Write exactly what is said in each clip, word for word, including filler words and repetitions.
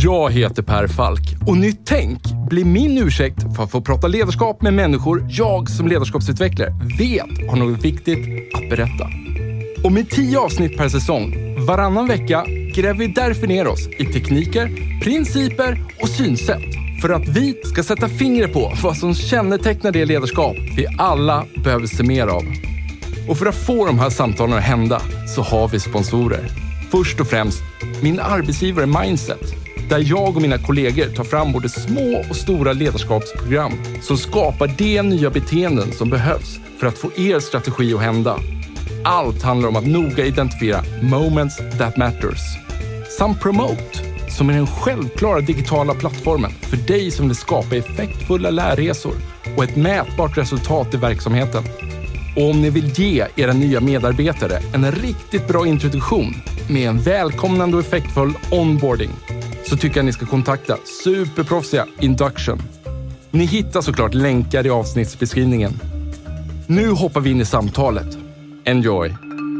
Jag heter Per Falk och Nytt Tänk blir min ursäkt för att få prata ledarskap med människor jag som ledarskapsutvecklare vet har något viktigt att berätta. Och med tio avsnitt per säsong, varannan vecka, gräver vi därför ner oss i tekniker, principer och synsätt för att vi ska sätta fingret på vad som kännetecknar det ledarskap vi alla behöver se mer av. Och för att få de här samtalen att hända så har vi sponsorer. Först och främst min arbetsgivare Mindset, där jag och mina kollegor tar fram både små och stora ledarskapsprogram som skapar de nya beteenden som behövs för att få er strategi att hända. Allt handlar om att noga identifiera moments that matters. Samt Promote, som är den självklara digitala plattformen för dig som vill skapa effektfulla lärresor och ett mätbart resultat i verksamheten. Och om ni vill ge era nya medarbetare en riktigt bra introduktion med en välkomnande och effektfull onboarding, så tycker jag ni ska kontakta superproffsiga Induction. Ni hittar såklart länkar i avsnittsbeskrivningen. Nu hoppar vi in i samtalet. Enjoy!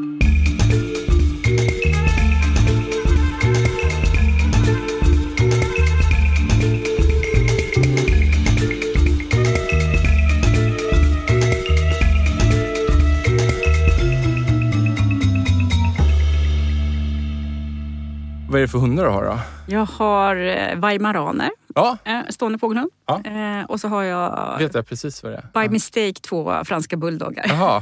Vad är det för hundar du har då? Jag har eh, Weimaraner, ja. eh, stående fågelhund. Ja. Eh, och så har jag, vet jag precis vad det är. by ja. mistake, två franska bulldoggar. Jaha.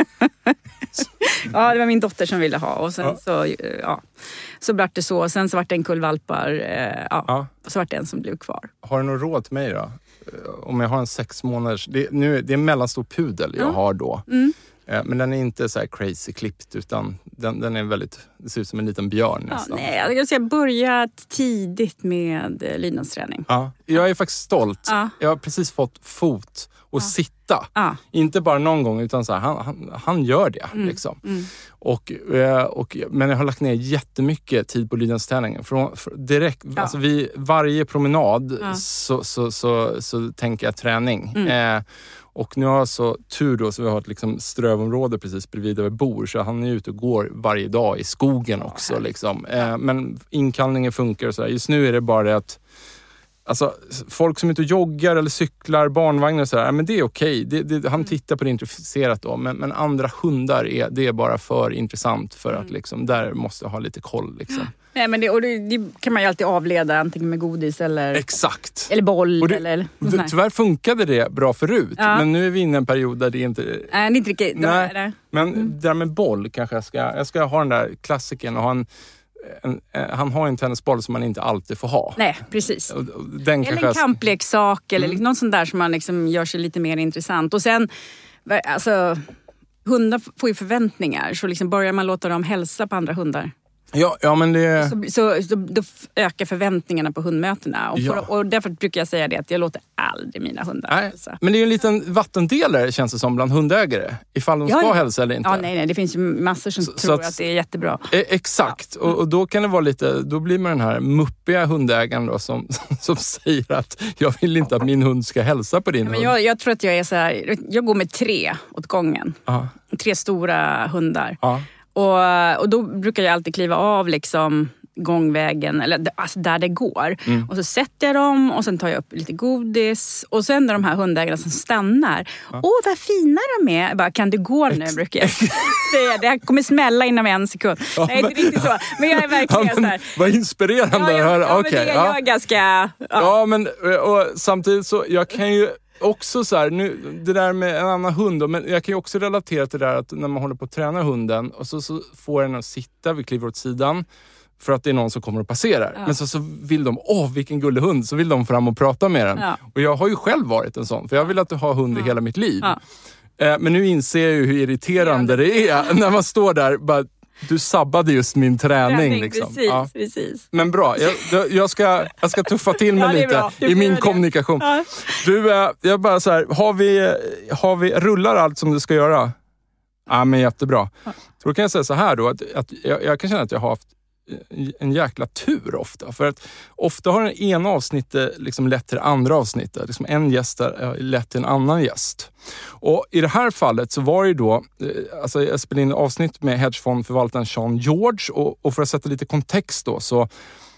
Ja, det var min dotter som ville ha. Och sen ja. så, ja, så blev det så. Sen så var det en kull valpar. Eh, ja, ja. Och så var det en som blev kvar. Har du något råd till mig då? Om jag har en sex månaders... Det, nu, det är en mellanstor pudel jag ja. har då. Mm. Men den är inte så här crazy klippt, utan den, den är väldigt, det ser ut som en liten björn nästan. Ja, nej, jag vill säga börja tidigt med eh, lydnadsträning. Ja, jag är faktiskt stolt. Ja. Jag har precis fått fot och ja. sitta. Ja. Inte bara någon gång, utan så här, han, han, han gör det. Mm. Liksom. Mm. Och, och, men jag har lagt ner jättemycket tid på lydnadsträningen. Från, från, direkt, ja. alltså vid varje promenad ja. så, så, så, så, så tänker jag träning. Mm. Eh, Och nu har jag så tur då, så vi har ett liksom strövområde precis bredvid där vi bor. Så han är ute och går varje dag i skogen också. Ja, liksom. eh, men inkallningen funkar och sådär. Just nu är det bara det att alltså, folk som är ute och joggar eller cyklar, barnvagnar och sådär, men det är okej. Det, det, han tittar på det intresserat då. Men, men andra hundar, är, det är bara för intressant för att liksom, där måste jag ha lite koll liksom. Nej, men det, och det, det kan man ju alltid avleda antingen med godis eller, exakt. eller boll. Och det, eller, det, tyvärr funkade det bra förut. Ja. Men nu är vi inne i en period där det inte... Nej, inte riktigt. Nej, nej. Men mm. det där med boll kanske jag ska... Jag ska ha den där klassiken och ha en... En, han har en tennisboll som man inte alltid får ha. Nej, precis. Den eller en kampleksak eller mm. något sånt där som man liksom gör sig lite mer intressant. Och sen, alltså, hundar får ju förväntningar. Så liksom börjar man låta dem hälsa på andra hundar. Ja, ja men det... Så, så, så då ökar förväntningarna på hundmötena. Och, för, ja. och därför brukar jag säga det att jag låter aldrig mina hundar nej. hälsa. Men det är ju en liten vattendelare, känns det som, bland hundägare. Ifall de ja, ska ja. hälsa eller inte. Ja, nej, nej. Det finns ju massor som så, tror så att, att det är jättebra. Eh, exakt. Ja. Och, och då kan det vara lite... Då blir man den här muppiga hundägaren då, som, som säger att jag vill inte att min hund ska hälsa på din ja, men hund. jag, jag tror att jag är så här... Jag går med tre åt gången. Aha. Tre stora hundar. Ja. Och, och då brukar jag alltid kliva av liksom gångvägen, eller alltså där det går. Mm. Och så sätter jag dem och sen tar jag upp lite godis. Och sen när de här hundägarna som stannar. Åh, ja. vad fina de är. Jag bara, kan du gå nu, brukar jag säga. Det här kommer smälla inom en sekund. Ja, nej, men, inte riktigt så. Men jag är verkligen ja, men, så här. Vad inspirerande ja, att höra. Ja, okay, men det, ja. jag är ganska... Ja, ja men och samtidigt så, jag kan ju också så här, nu, det där med en annan hund då, men jag kan ju också relatera till det där att när man håller på att träna hunden och så, så får den att sitta, vi kliver åt sidan för att det är någon som kommer och passerar. Ja. Men så, så vill de, åh vilken gullig hund, så vill de fram och prata med den. Ja. Och jag har ju själv varit en sån, för jag vill att ha hund ja. i hela mitt liv. Ja. Eh, men nu inser jag ju hur irriterande ja, det, det är när man står där bara... Du sabbade just min träning. träning liksom. Precis, ja. precis. Men bra, jag, jag, ska, jag ska tuffa till mig ja, lite i min kommunikation. Ja. Du, jag bara så här, har vi, har vi, rullar allt som du ska göra? Ja, men jättebra. Ja. Så då kan jag säga så här då, att, att jag, jag kan känna att jag har haft en jäkla tur ofta. För att ofta har den ena avsnittet liksom lett till det andra avsnittet. Liksom en gäst har lett till en annan gäst. Och i det här fallet så var det ju då, alltså jag spelade in avsnitt med hedgefondförvaltaren Sean George, och, och för att sätta lite kontext då, så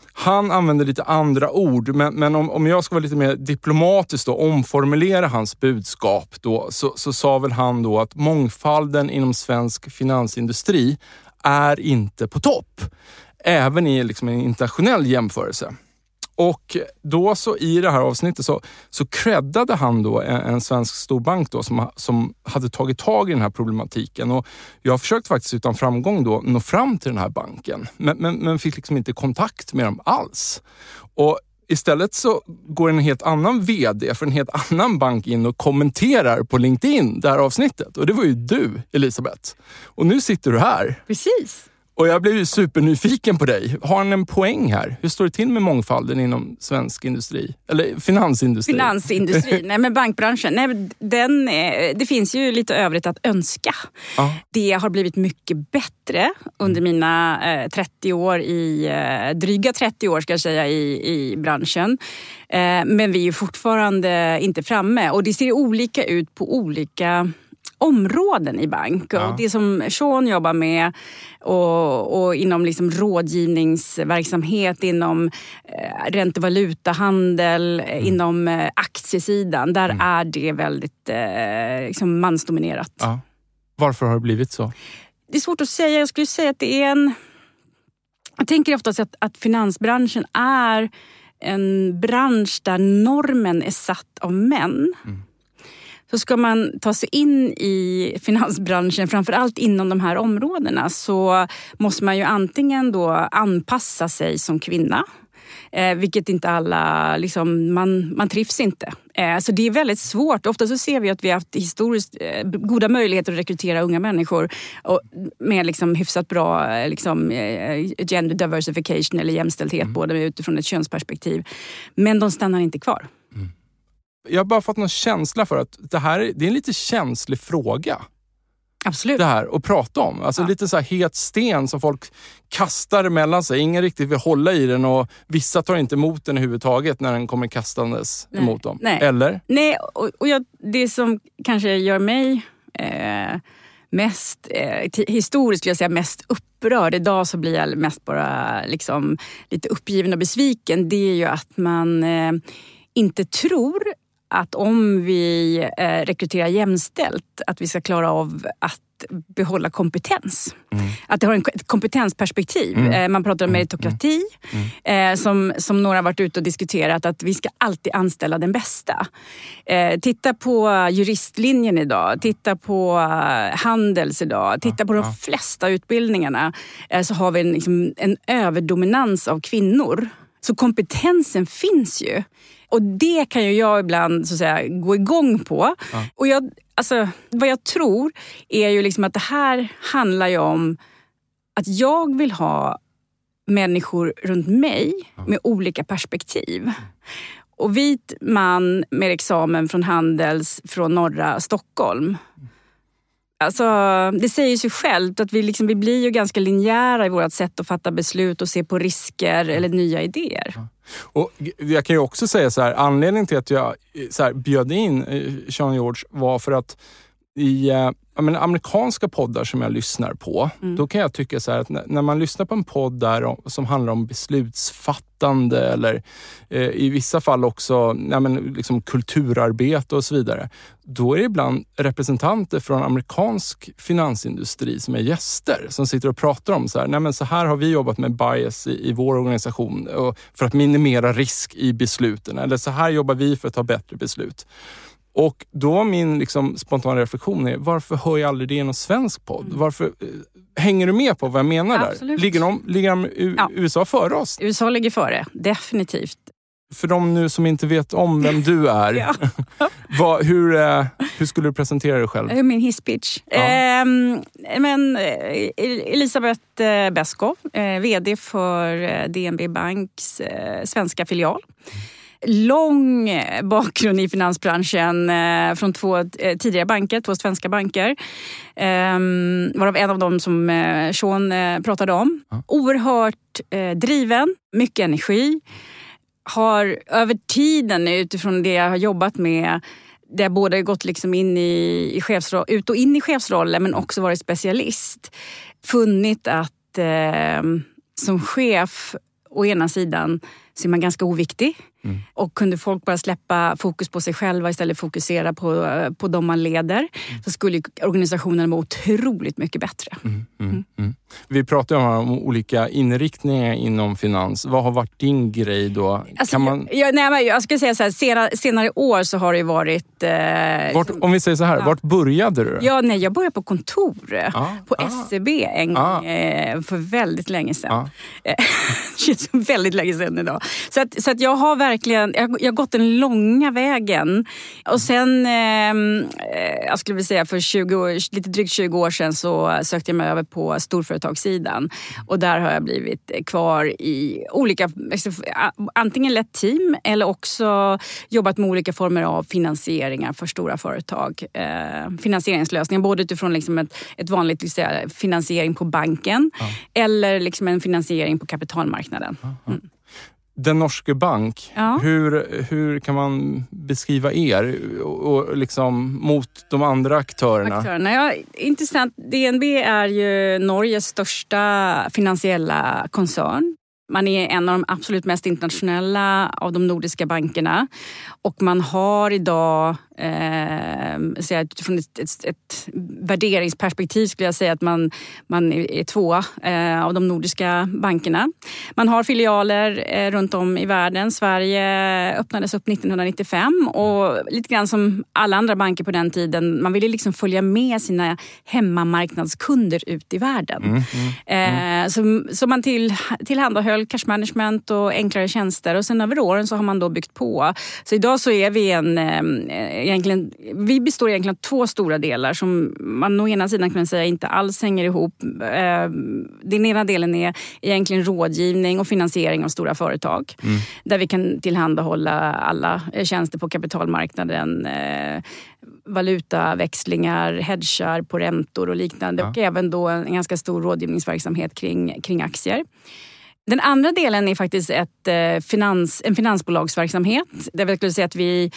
Han använder lite andra ord, men, men om, om jag ska vara lite mer diplomatisk och omformulera hans budskap då, så, så sa väl han då att mångfalden inom svensk finansindustri är inte på topp. Även i liksom en internationell jämförelse. Och då så i det här avsnittet så, så creddade han då en, en svensk storbank då som, som hade tagit tag i den här problematiken. Och jag har försökt faktiskt utan framgång då nå fram till den här banken. Men, men, men fick liksom inte kontakt med dem alls. Och istället så går en helt annan vd för en helt annan bank in och kommenterar på LinkedIn det här avsnittet. Och det var ju du, Elisabeth. Och nu sitter du här. Precis. Och jag blev ju supernyfiken på dig. Har han en poäng här? Hur står det till med mångfalden inom svensk industri? Eller finansindustri? Finansindustri, nej men bankbranschen. Nej, den, det finns ju lite övrigt att önska. Ah. Det har blivit mycket bättre under mina eh, trettio år i, eh, dryga trettio år ska jag säga i, i branschen. Eh, men vi är ju fortfarande inte framme och det ser olika ut på olika områden i bank. Ja. Och det som Sean jobbar med och, och inom liksom rådgivningsverksamhet, inom eh, räntevalutahandel, mm. inom eh, aktiesidan, där mm. är det väldigt eh, liksom mansdominerat. Ja. Varför har det blivit så? Det är svårt att säga. Jag skulle säga att det är en... Jag tänker ofta att, att finansbranschen är en bransch där normen är satt av män. Mm. Så ska man ta sig in i finansbranschen, framförallt inom de här områdena, så måste man ju antingen då anpassa sig som kvinna. Eh, vilket inte alla, liksom, man, man trivs inte. Eh, så det är väldigt svårt. Ofta så ser vi att vi har haft historiskt eh, goda möjligheter att rekrytera unga människor och, med liksom, hyfsat bra liksom, eh, gender diversification eller jämställdhet, mm. både utifrån ett könsperspektiv. Men de stannar inte kvar. Mm. Jag har bara fått någon känsla för att det här är, det är en lite känslig fråga. Absolut. Det här att prata om. Alltså ja. Lite så här het sten som folk kastar mellan sig. Ingen riktigt vill hålla i den och vissa tar inte emot den överhuvudtaget när den kommer kastandes Nej. emot dem. Nej. Eller? Nej, och, och jag, det som kanske gör mig eh, mest, eh, t- historiskt skulle jag säga mest upprörd. Idag så blir jag mest bara liksom, lite uppgiven och besviken. Det är ju att man eh, inte tror att om vi eh, rekryterar jämställt att vi ska klara av att behålla kompetens. Mm. Att det har en, ett kompetensperspektiv. Mm. Eh, man pratar om meritokrati mm. eh, som, som några har varit ute och diskuterat att vi ska alltid anställa den bästa. Eh, titta på juristlinjen idag, titta på uh, handels idag, titta på de flesta utbildningarna eh, så har vi en, liksom, en överdominans av kvinnor. Så kompetensen finns ju. Och det kan ju jag ibland så att säga, gå igång på. Ja. Och jag, alltså, vad jag tror är ju liksom att det här handlar ju om att jag vill ha människor runt mig ja. med olika perspektiv. Och vit man med examen från Handels från norra Stockholm. Alltså, det säger sig självt att vi, liksom, vi blir ju ganska linjära i vårt sätt att fatta beslut och se på risker eller nya idéer. Ja. Och jag kan ju också säga så här, anledningen till att jag så här, bjöd in Sean George var för att i jag menar, amerikanska poddar som jag lyssnar på, mm. då kan jag tycka så här att när, när man lyssnar på en podd där som handlar om beslutsfattande eller eh, i vissa fall också ja, men, liksom kulturarbete och så vidare, då är det ibland representanter från amerikansk finansindustri som är gäster som sitter och pratar om så här, nej men så här har vi jobbat med bias i, i vår organisation och för att minimera risk i besluten, eller så här jobbar vi för att ta bättre beslut. Och då min liksom spontana reflektion är, varför hör jag aldrig det i någon svensk podd? Mm. Varför, eh, hänger du med på vad jag menar där? Absolut. Ligger de, ligger de U- ja. U S A före oss? U S A ligger före, definitivt. För de nu som inte vet om vem du är, ja. vad, hur, eh, hur skulle du presentera dig själv? Min hisspitch. Ja. Eh, men Elisabeth Beskow, eh, vd för D N B Banks eh, svenska filial. Lång bakgrund i finansbranschen eh, från två eh, tidigare banker, två svenska banker. Eh, varav en av dem som eh, Sean eh, pratade om. Mm. Oerhört eh, driven, mycket energi. Har över tiden utifrån det jag har jobbat med, det har både gått liksom in i, i chefsroll, ut och in i chefsrollen men också varit specialist. Funnit att eh, som chef å ena sidan så är man ganska oviktig. Mm. Och kunde folk bara släppa fokus på sig själva istället fokusera på, på de man leder mm. så skulle organisationen vara otroligt mycket bättre. Mm, mm, mm. Mm. Vi pratar om olika inriktningar inom finans. Vad har varit din grej då? Alltså, kan man... jag, nej, men jag ska säga så här, senare, senare år så har det varit... Eh, vart, om vi säger så här, ja. Vart började du? Ja, nej, jag började på kontor. Ah, på ah, S E B en gång ah. eh, för väldigt länge sedan. Ah. Det känns väldigt länge sedan idag. Så att, så att jag har verkligen, jag, jag har gått den långa vägen. Och sen, eh, jag skulle vilja säga för tjugo, lite drygt tjugo år sedan så sökte jag mig över på storföretagssidan. Och där har jag blivit kvar i olika, antingen lett team eller också jobbat med olika former av finansieringar för stora företag. Eh, finansieringslösningar, både utifrån liksom ett, ett vanligt säga, finansiering på banken ja. Eller liksom en finansiering på kapitalmarknaden. Mm. Den Norske Bank, ja. hur, hur kan man beskriva er och, och liksom mot de andra aktörerna? aktörerna ja, intressant. D N B är ju Norges största finansiella koncern. Man är en av de absolut mest internationella av de nordiska bankerna. Och man har idag, eh, utifrån ett, ett, ett värderingsperspektiv skulle jag säga att man, man är två eh, av de nordiska bankerna. Man har filialer eh, runt om i världen. Sverige öppnades upp nittonhundranittiofem och lite grann som alla andra banker på den tiden, man ville liksom följa med sina hemmamarknadskunder ut i världen. Mm, mm, mm. Eh, så, så man till, tillhandahöll cash management och enklare tjänster och sen över åren så har man då byggt på. Så idag så är vi en eh, egentligen, vi består egentligen av två stora delar som man å ena sidan kan säga inte alls hänger ihop. Eh, den ena delen är egentligen rådgivning och finansiering av stora företag. Mm. Där vi kan tillhandahålla alla tjänster på kapitalmarknaden, eh, valutaväxlingar, hedgar på räntor och liknande. Ja. Och även då en ganska stor rådgivningsverksamhet kring, kring aktier. Den andra delen är faktiskt ett, eh, finans, en finansbolagsverksamhet. Där vi skulle säga att vi,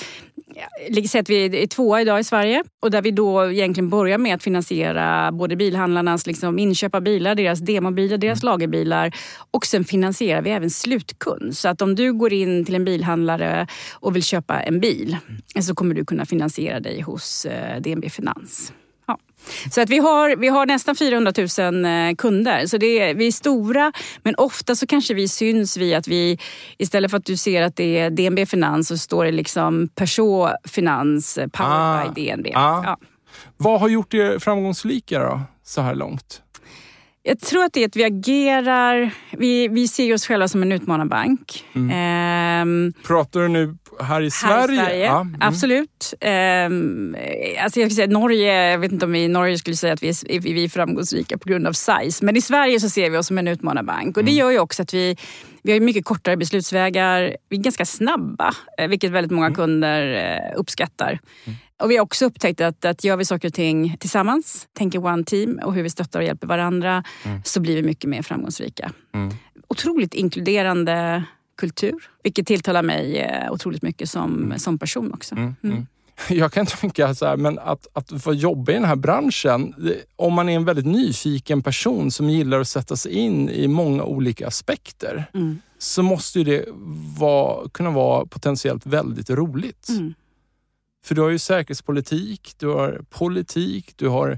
ja, att vi är tvåa idag i Sverige. Och där vi då egentligen börjar med att finansiera både bilhandlarnas liksom, inköp av bilar, deras demobilar, deras lagerbilar. Och sen finansierar vi även slutkund. Så att om du går in till en bilhandlare och vill köpa en bil så kommer du kunna finansiera dig hos eh, D N B Finans. Ja. Så att vi har, vi har nästan fyrahundratusen kunder. Så det är, vi är stora, men ofta så kanske vi syns vi att vi, istället för att du ser att det är D N B Finans så står det liksom Peugeot Finans, powered ah, by D N B. Ah. Ja. Vad har gjort er framgångsrika då, så här långt? Jag tror att det är att vi agerar, vi, vi ser oss själva som en utmanarbank. Mm. Ehm, Pratar du nu här i Sverige? Här i Sverige, ja. mm. absolut. Ehm, alltså jag skulle säga Norge, jag vet inte om vi i Norge skulle säga att vi är, vi är framgångsrika på grund av size. Men i Sverige så ser vi oss som en utmanarbank. Och det mm. gör ju också att vi, vi har mycket kortare beslutsvägar. Vi är ganska snabba, vilket väldigt många mm. kunder uppskattar. Mm. Och vi har också upptäckt att, att gör vi saker och ting tillsammans, tänker one team och hur vi stöttar och hjälper varandra mm. så blir vi mycket mer framgångsrika. Mm. Otroligt inkluderande kultur, vilket tilltalar mig otroligt mycket som, mm. som person också. Mm. Mm. Jag kan tänka så här, men att, att få jobba i den här branschen, om man är en väldigt nyfiken person som gillar att sätta sig in i många olika aspekter mm. så måste ju det vara, kunna vara potentiellt väldigt roligt. Mm. För du har ju säkerhetspolitik, du har politik, du har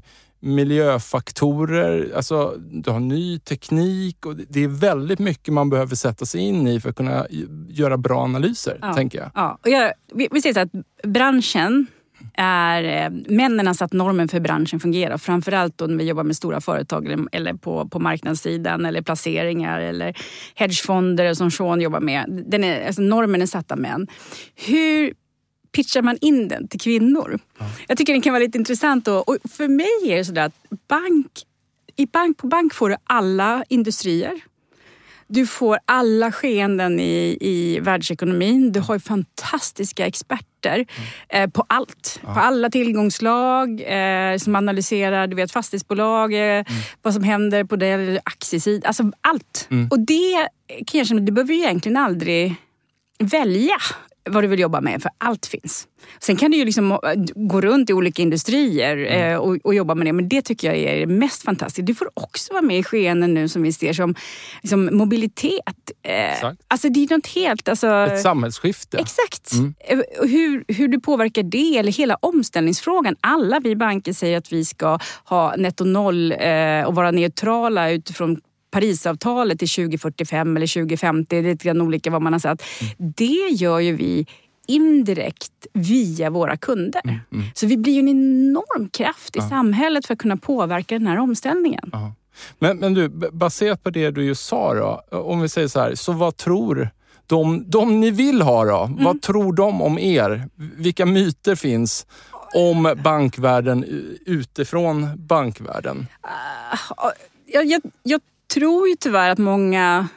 miljöfaktorer, alltså du har ny teknik och det är väldigt mycket man behöver sätta sig in i för att kunna göra bra analyser, ja, tänker jag. Ja, och jag, vi, vi säger så att branschen är, männen har satt normen för hur branschen fungerar. Framförallt då när vi jobbar med stora företag eller, eller på, på marknadssidan eller placeringar eller hedgefonder som Sean jobbar med. Den är, alltså normen är satt av män. Hur pitchar man in den till kvinnor? Ja. Jag tycker den kan vara lite intressant. Och, och för mig är det sådär att bank, i bank på bank får du alla industrier. Du får alla skeenden i, i världsekonomin. Du har ju fantastiska experter mm. eh, på allt. Ja. På alla tillgångslag eh, som analyserar, du vet, fastighetsbolag, eh, mm. vad som händer på det aktiesidan. Alltså allt. Mm. Och det kanske, du behöver ju egentligen aldrig välja vad du vill jobba med, för allt finns. Sen kan du ju liksom gå runt i olika industrier mm. eh, och, och jobba med det, men det tycker jag är mest fantastiskt. Du får också vara med i skeenden nu som vi ser som liksom, mobilitet. Eh, alltså det är något helt... Alltså, ett samhällsskifte. Exakt. Mm. Hur, hur du påverkar det, eller hela omställningsfrågan. Alla vi banker säger att vi ska ha netto noll eh, och vara neutrala utifrån Parisavtalet till tjugo fyrtiofem eller tjugo femtio, det är lite grann olika vad man har sagt. Mm. Det gör ju vi indirekt via våra kunder. Mm. Mm. Så vi blir ju en enorm kraft i ja. samhället för att kunna påverka den här omställningen. Ja. Men, men du, baserat på det du just sa då, om vi säger så här, så vad tror de, de ni vill ha då? Mm. Vad tror de om er? Vilka myter finns om bankvärlden utifrån bankvärlden? Uh, jag, jag, jag tror ju tyvärr att många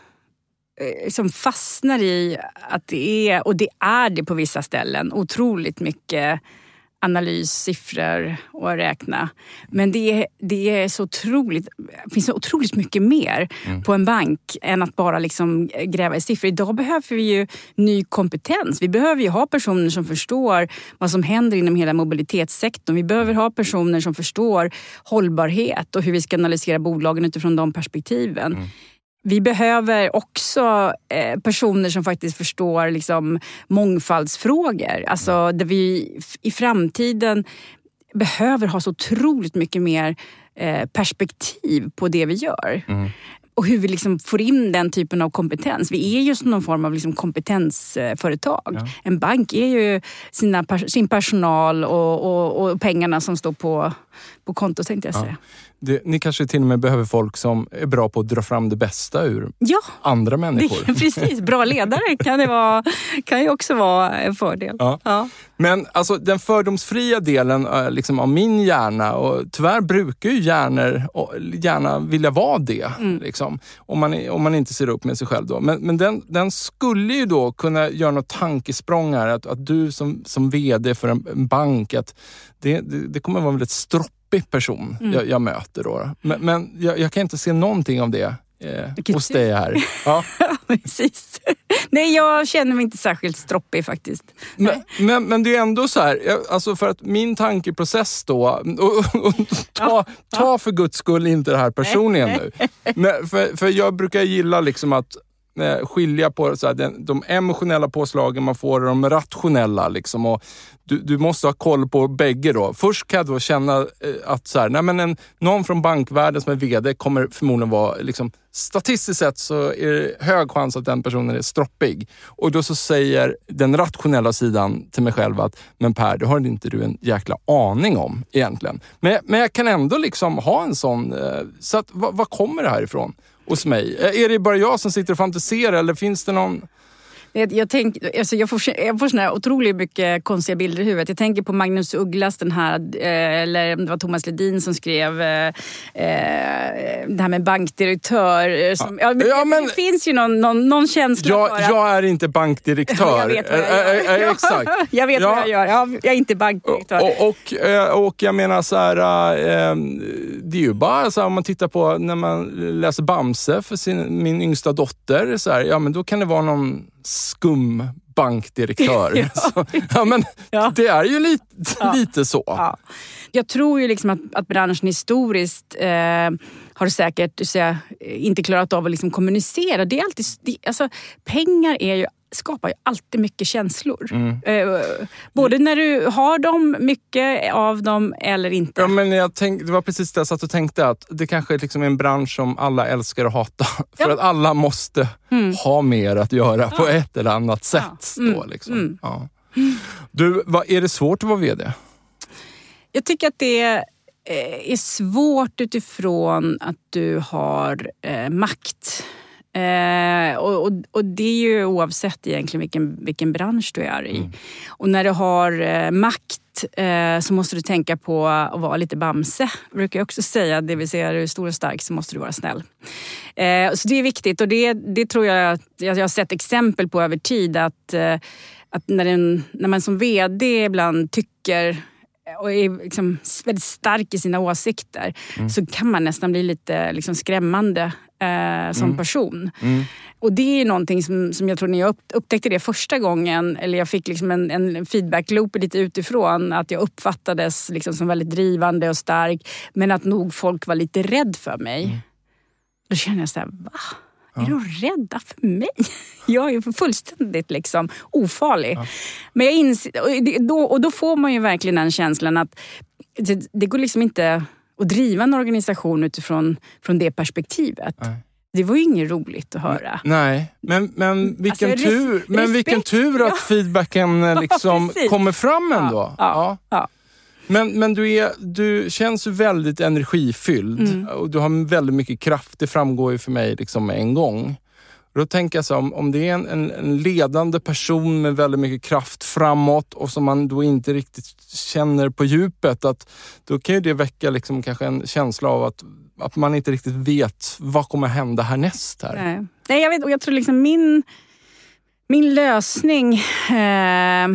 eh, som fastnar i att det är, och det är det på vissa ställen, otroligt mycket analys, siffror och räkna. Men det är, det är så otroligt, det finns så otroligt mycket mer mm. på en bank än att bara liksom gräva i siffror. Idag behöver vi ju ny kompetens. Vi behöver ju ha personer som förstår vad som händer inom hela mobilitetssektorn. Vi behöver ha personer som förstår hållbarhet och hur vi ska analysera bolagen utifrån de perspektiven. Mm. Vi behöver också eh, personer som faktiskt förstår liksom, mångfaldsfrågor. Alltså där vi i framtiden behöver ha så otroligt mycket mer eh, perspektiv på det vi gör. Mm. Och hur vi liksom får in den typen av kompetens. Vi är ju som någon form av liksom kompetensföretag. Ja. En bank är ju sina, sin personal och, och, och pengarna som står på, på konto, tänkte jag säga. Ja. Det, ni kanske till och med behöver folk som är bra på att dra fram det bästa ur ja, andra människor. Det, precis, bra ledare kan det vara, kan ju också vara en fördel. Ja. Ja. Men alltså den fördomsfria delen liksom, av min hjärna, och tyvärr brukar ju hjärnor gärna vilja vara det. Mm. Liksom, om, man, om man inte ser upp med sig själv då. Men, men den, den skulle ju då kunna göra något tankesprång här. Att, att du som, som vd för en, en bank, att det, det, det kommer vara en väldigt stropp person mm. jag, jag möter då. Men, men jag, jag kan inte se någonting av det eh, hos dig här. Ja. Precis. Nej, jag känner mig inte särskilt stroppig faktiskt. Men, men, men det är ändå så här, alltså för att min tankeprocess då, och, och ta, ta för guds skull inte det här personligen nu. Men för, för jag brukar gilla liksom att eh, skilja på så här, den, de emotionella påslagen man får och de rationella liksom, och Du, du måste ha koll på bägge då. Först kan jag då känna att så här, nej men en, någon från bankvärlden som är vd kommer förmodligen vara, liksom, statistiskt sett så är det hög chans att den personen är stroppig. Och då så säger den rationella sidan till mig själv att, men Per, det har inte du en jäkla aning om egentligen. Men, men jag kan ändå liksom ha en sån, så att vad, vad kommer det här ifrån hos mig? Är det bara jag som sitter och fantiserar, eller finns det någon... Jag, tänk, alltså jag, får, jag får såna här otroligt mycket konstiga bilder i huvudet. Jag tänker på Magnus Ugglas, den här, eh, eller det var Thomas Ledin som skrev eh, det här med bankdirektör. Som, ja, ja, men, det finns ju någon, någon, någon känsla jag, för att... Jag är inte bankdirektör. Jag vet vad jag gör. Äh, äh, exakt. Jag vet ja. vad jag gör. Jag är inte bankdirektör. Och, och, och jag menar så här, äh, det är ju bara så här, om man tittar på när man läser Bamse för sin, min yngsta dotter, så här, ja men då kan det vara någon skum bankdirektör. ja. Så, ja, men ja. det är ju lite, ja. lite så. Ja. Jag tror ju liksom att, att branschen historiskt eh, har säkert säga, inte klarat av att liksom kommunicera. Det är alltid, det, alltså, pengar är ju skapar ju alltid mycket känslor. Mm. Eh, både när du har dem, mycket av dem eller inte. Ja, men jag tänk, det var precis det jag satt och tänkte, att det kanske är liksom en bransch som alla älskar och hatar. För ja. att alla måste mm. ha mer att göra ja. på ett eller annat sätt. Ja. Mm. Då, liksom. mm. Ja. Du, vad, är det svårt att vara vd? Jag tycker att det är svårt utifrån att du har eh, makt. Eh, och, och, och det är ju oavsett egentligen vilken, vilken bransch du är i. Mm. Och när du har eh, makt eh, så måste du tänka på att vara lite Bamse. Jag brukar också säga, det vill säga är du stor och stark så måste du vara snäll. Eh, så det är viktigt, och det, det tror jag att jag har sett exempel på över tid, att, eh, att när, en, när man som vd ibland tycker och är liksom väldigt stark i sina åsikter mm. så kan man nästan bli lite liksom skrämmande eh, som mm. person. Mm. Och det är någonting som, som jag tror när jag upptäckte det första gången, eller jag fick liksom en, en feedback-loop lite utifrån, att jag uppfattades liksom som väldigt drivande och stark, men att nog folk var lite rädd för mig. Mm. Då kände jag så här, va? Är de rädda för mig? Jag är ju fullständigt liksom ofarlig. Ja. Men jag inser, och, då, och då får man ju verkligen den känslan att det, det går liksom inte att driva en organisation utifrån från det perspektivet. Nej. Det var ju inget roligt att höra. Nej, men, men, vilken, alltså, tur, res- men vilken tur att ja. feedbacken liksom ja, kommer fram ändå. Ja, ja, ja. Men, men du, är, du känns väldigt energifylld mm. och du har väldigt mycket kraft. Det framgår ju för mig liksom med en gång. Då tänker jag så, om, om det är en, en, en ledande person med väldigt mycket kraft framåt och som man då inte riktigt känner på djupet, att då kan ju det väcka liksom kanske en känsla av att, att man inte riktigt vet vad kommer hända härnäst här. Nej, Nej jag vet, och jag tror liksom min, min lösning... Eh...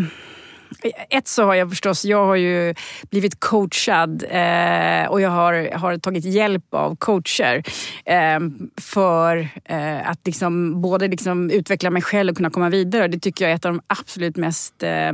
Ett så har jag förstås, jag har ju blivit coachad eh, och jag har, har tagit hjälp av coacher eh, för eh, att liksom, både liksom utveckla mig själv och kunna komma vidare. Det tycker jag är ett av de absolut mest eh,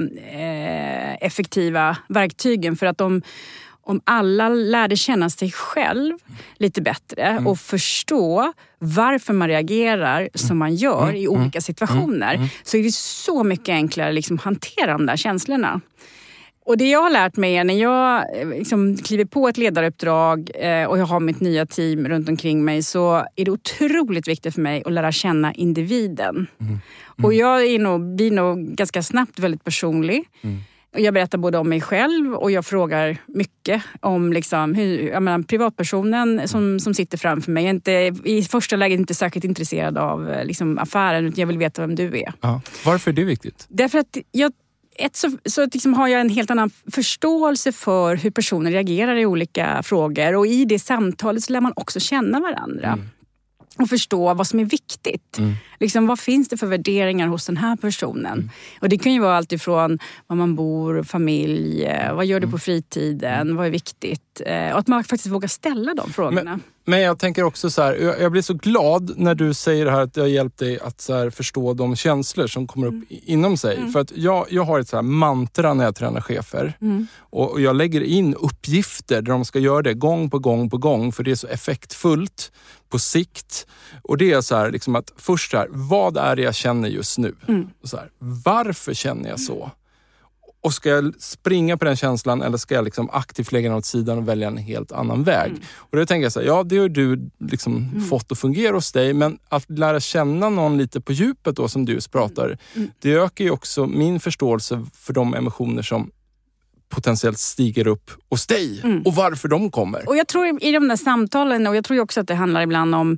effektiva verktygen, för att de om alla lärde känna sig själv lite bättre mm. och förstå varför man reagerar som man gör mm. i olika situationer, mm. så är det så mycket enklare liksom hantera de där känslorna. Och det jag har lärt mig är när jag liksom kliver på ett ledaruppdrag eh, och jag har mitt nya team runt omkring mig, så är det otroligt viktigt för mig att lära känna individen. Mm. Mm. Och jag är nog, blir nog ganska snabbt väldigt personlig. Mm. Jag berättar både om mig själv och jag frågar mycket om liksom hur, jag menar, privatpersonen som, som sitter framför mig. Jag är inte, i första läget inte särskilt intresserad av liksom, affären, utan jag vill veta vem du är. Ja. Varför är det viktigt? Därför att jag, ett, så, så liksom har jag en helt annan förståelse för hur personer reagerar i olika frågor. Och i det samtalet så lär man också känna varandra. Mm. Och förstå vad som är viktigt. Mm. Liksom, vad finns det för värderingar hos den här personen? Mm. Och det kan ju vara allt ifrån var man bor, familj, vad gör du på fritiden, mm. vad är viktigt? Och att man faktiskt vågar ställa de frågorna. Men, men jag tänker också så här, jag, jag blir så glad när du säger det här att jag har hjälpt dig att så här, förstå de känslor som kommer upp mm. inom sig. Mm. För att jag, jag har ett så här mantra när jag tränar chefer. Mm. Och, och jag lägger in uppgifter där de ska göra det gång på gång på gång, för det är så effektfullt på sikt. Och det är så här, liksom att först här, vad är det jag känner just nu? Mm. Och så här, varför känner jag så? Och ska jag springa på den känslan, eller ska jag liksom aktivt lägga den åt sidan och välja en helt annan väg? Mm. Och då tänker jag så här, ja, det har du liksom mm. fått att fungera hos dig, men att lära känna någon lite på djupet då, som du pratar, mm. det ökar ju också min förståelse för de emotioner som potentiellt stiger upp hos dig mm. och varför de kommer. Och jag tror i de där samtalen, och jag tror också att det handlar ibland om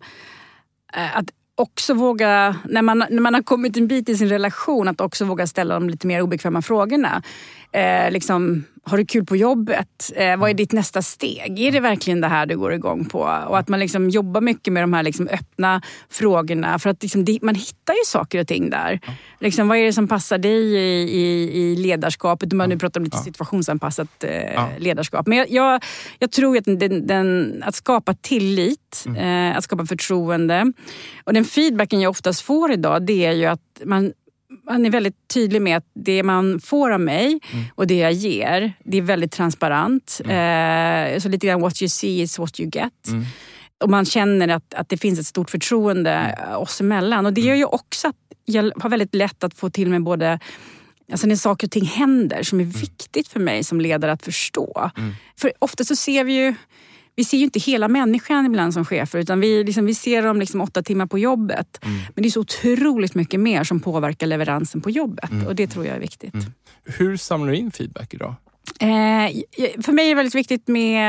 eh, att också våga, när man, när man har kommit en bit i sin relation, att också våga ställa de lite mer obekväma frågorna. Eh, liksom, har du kul på jobbet? Eh, vad är ditt nästa steg? Är det verkligen det här du går igång på? Och att man liksom jobbar mycket med de här liksom öppna frågorna. För att liksom, man hittar ju saker och ting där. Liksom, vad är det som passar dig i, i, i ledarskapet? Man nu pratar om lite situationsanpassat eh, ja. ledarskap. Men jag, jag, jag tror att, den, den, att skapa tillit, mm. eh, att skapa förtroende. Och den feedbacken jag oftast får idag, det är ju att man Man är väldigt tydlig med att det man får av mig mm. och det jag ger, det är väldigt transparent. Mm. Eh, så lite grann what you see is what you get. Mm. Och man känner att, att det finns ett stort förtroende mm. oss emellan. Och det gör ju också att jag har väldigt lätt att få till mig både, alltså när saker och ting händer som är mm. viktigt för mig som ledare att förstå. Mm. För ofta så ser vi ju Vi ser ju inte hela människan ibland som chefer, utan vi, liksom, vi ser dem liksom åtta timmar på jobbet. Mm. Men det är så otroligt mycket mer som påverkar leveransen på jobbet. Mm. Och det tror jag är viktigt. Mm. Hur samlar du in feedback idag? Eh, för mig är det väldigt viktigt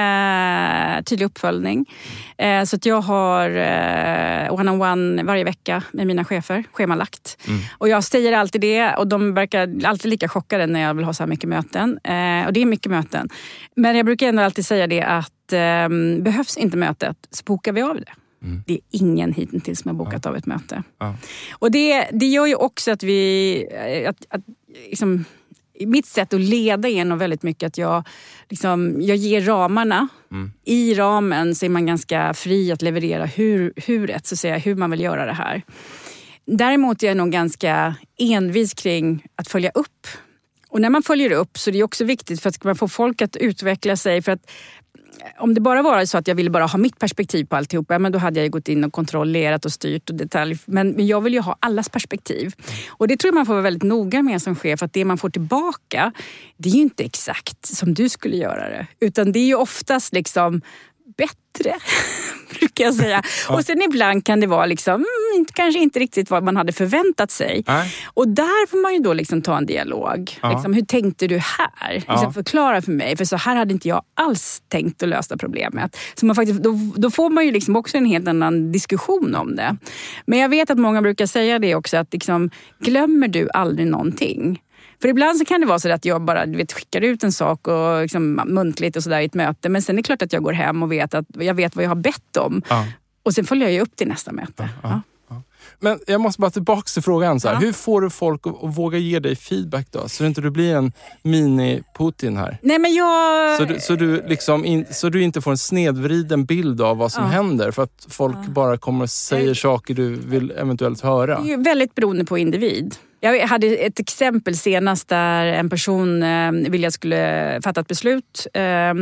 med tydlig uppföljning. Eh, så att jag har eh, one-on-one varje vecka med mina chefer, schemalagt. Mm. Och jag säger alltid det, och de verkar alltid lika chockade när jag vill ha så här mycket möten. Eh, och det är mycket möten. Men jag brukar ändå alltid säga det att eh, behövs inte mötet så bokar vi av det. Mm. Det är ingen hittills som har bokat ja. av ett möte. Ja. Och det, det gör ju också att vi... Att, att, liksom, mitt sätt att leda är nog väldigt mycket att jag, liksom, jag ger ramarna. Mm. I ramen så är man ganska fri att leverera hur, huret, så att säga, hur man vill göra det här. Däremot är jag nog ganska envis kring att följa upp. Och när man följer upp så är det också viktigt för att man får folk att utveckla sig. För att om det bara var så att jag ville bara ha mitt perspektiv på alltihopa, men då hade jag ju gått in och kontrollerat och styrt och detalj. Men, men jag vill ju ha allas perspektiv. Och det tror jag man får vara väldigt noga med som chef, att det man får tillbaka, det är ju inte exakt som du skulle göra det. Utan det är ju oftast liksom bättre, brukar jag säga. Ja. Och sen ibland kan det vara liksom, mm, kanske inte riktigt vad man hade förväntat sig. Nej. Och där får man ju då liksom ta en dialog. Ja. Liksom, hur tänkte du här? Liksom, ja. Förklara för mig, för så här hade inte jag alls tänkt att lösa problemet. Så man faktiskt, då, då får man ju liksom också en helt annan diskussion om det. Men jag vet att många brukar säga det också, att liksom, glömmer du aldrig någonting? För ibland så kan det vara så att jag bara du vet, skickar ut en sak och liksom, muntligt och sådär i ett möte. Men sen är det klart att jag går hem och vet att jag vet vad jag har bett om. Ja. Och sen följer jag ju upp till nästa möte. Ja, ja, ja. Men jag måste bara tillbaka till frågan. Så här. Ja. Hur får du folk att, att våga ge dig feedback då? Så att inte du blir en mini-Putin här. Nej, men jag... Så du, så du, liksom in, så du inte får en snedvriden bild av vad som ja. händer. För att folk ja. bara kommer och säger jag... saker du vill eventuellt höra. Det är väldigt beroende på individ. Jag hade ett exempel senast där en person eh, ville jag skulle fatta ett beslut. Eh,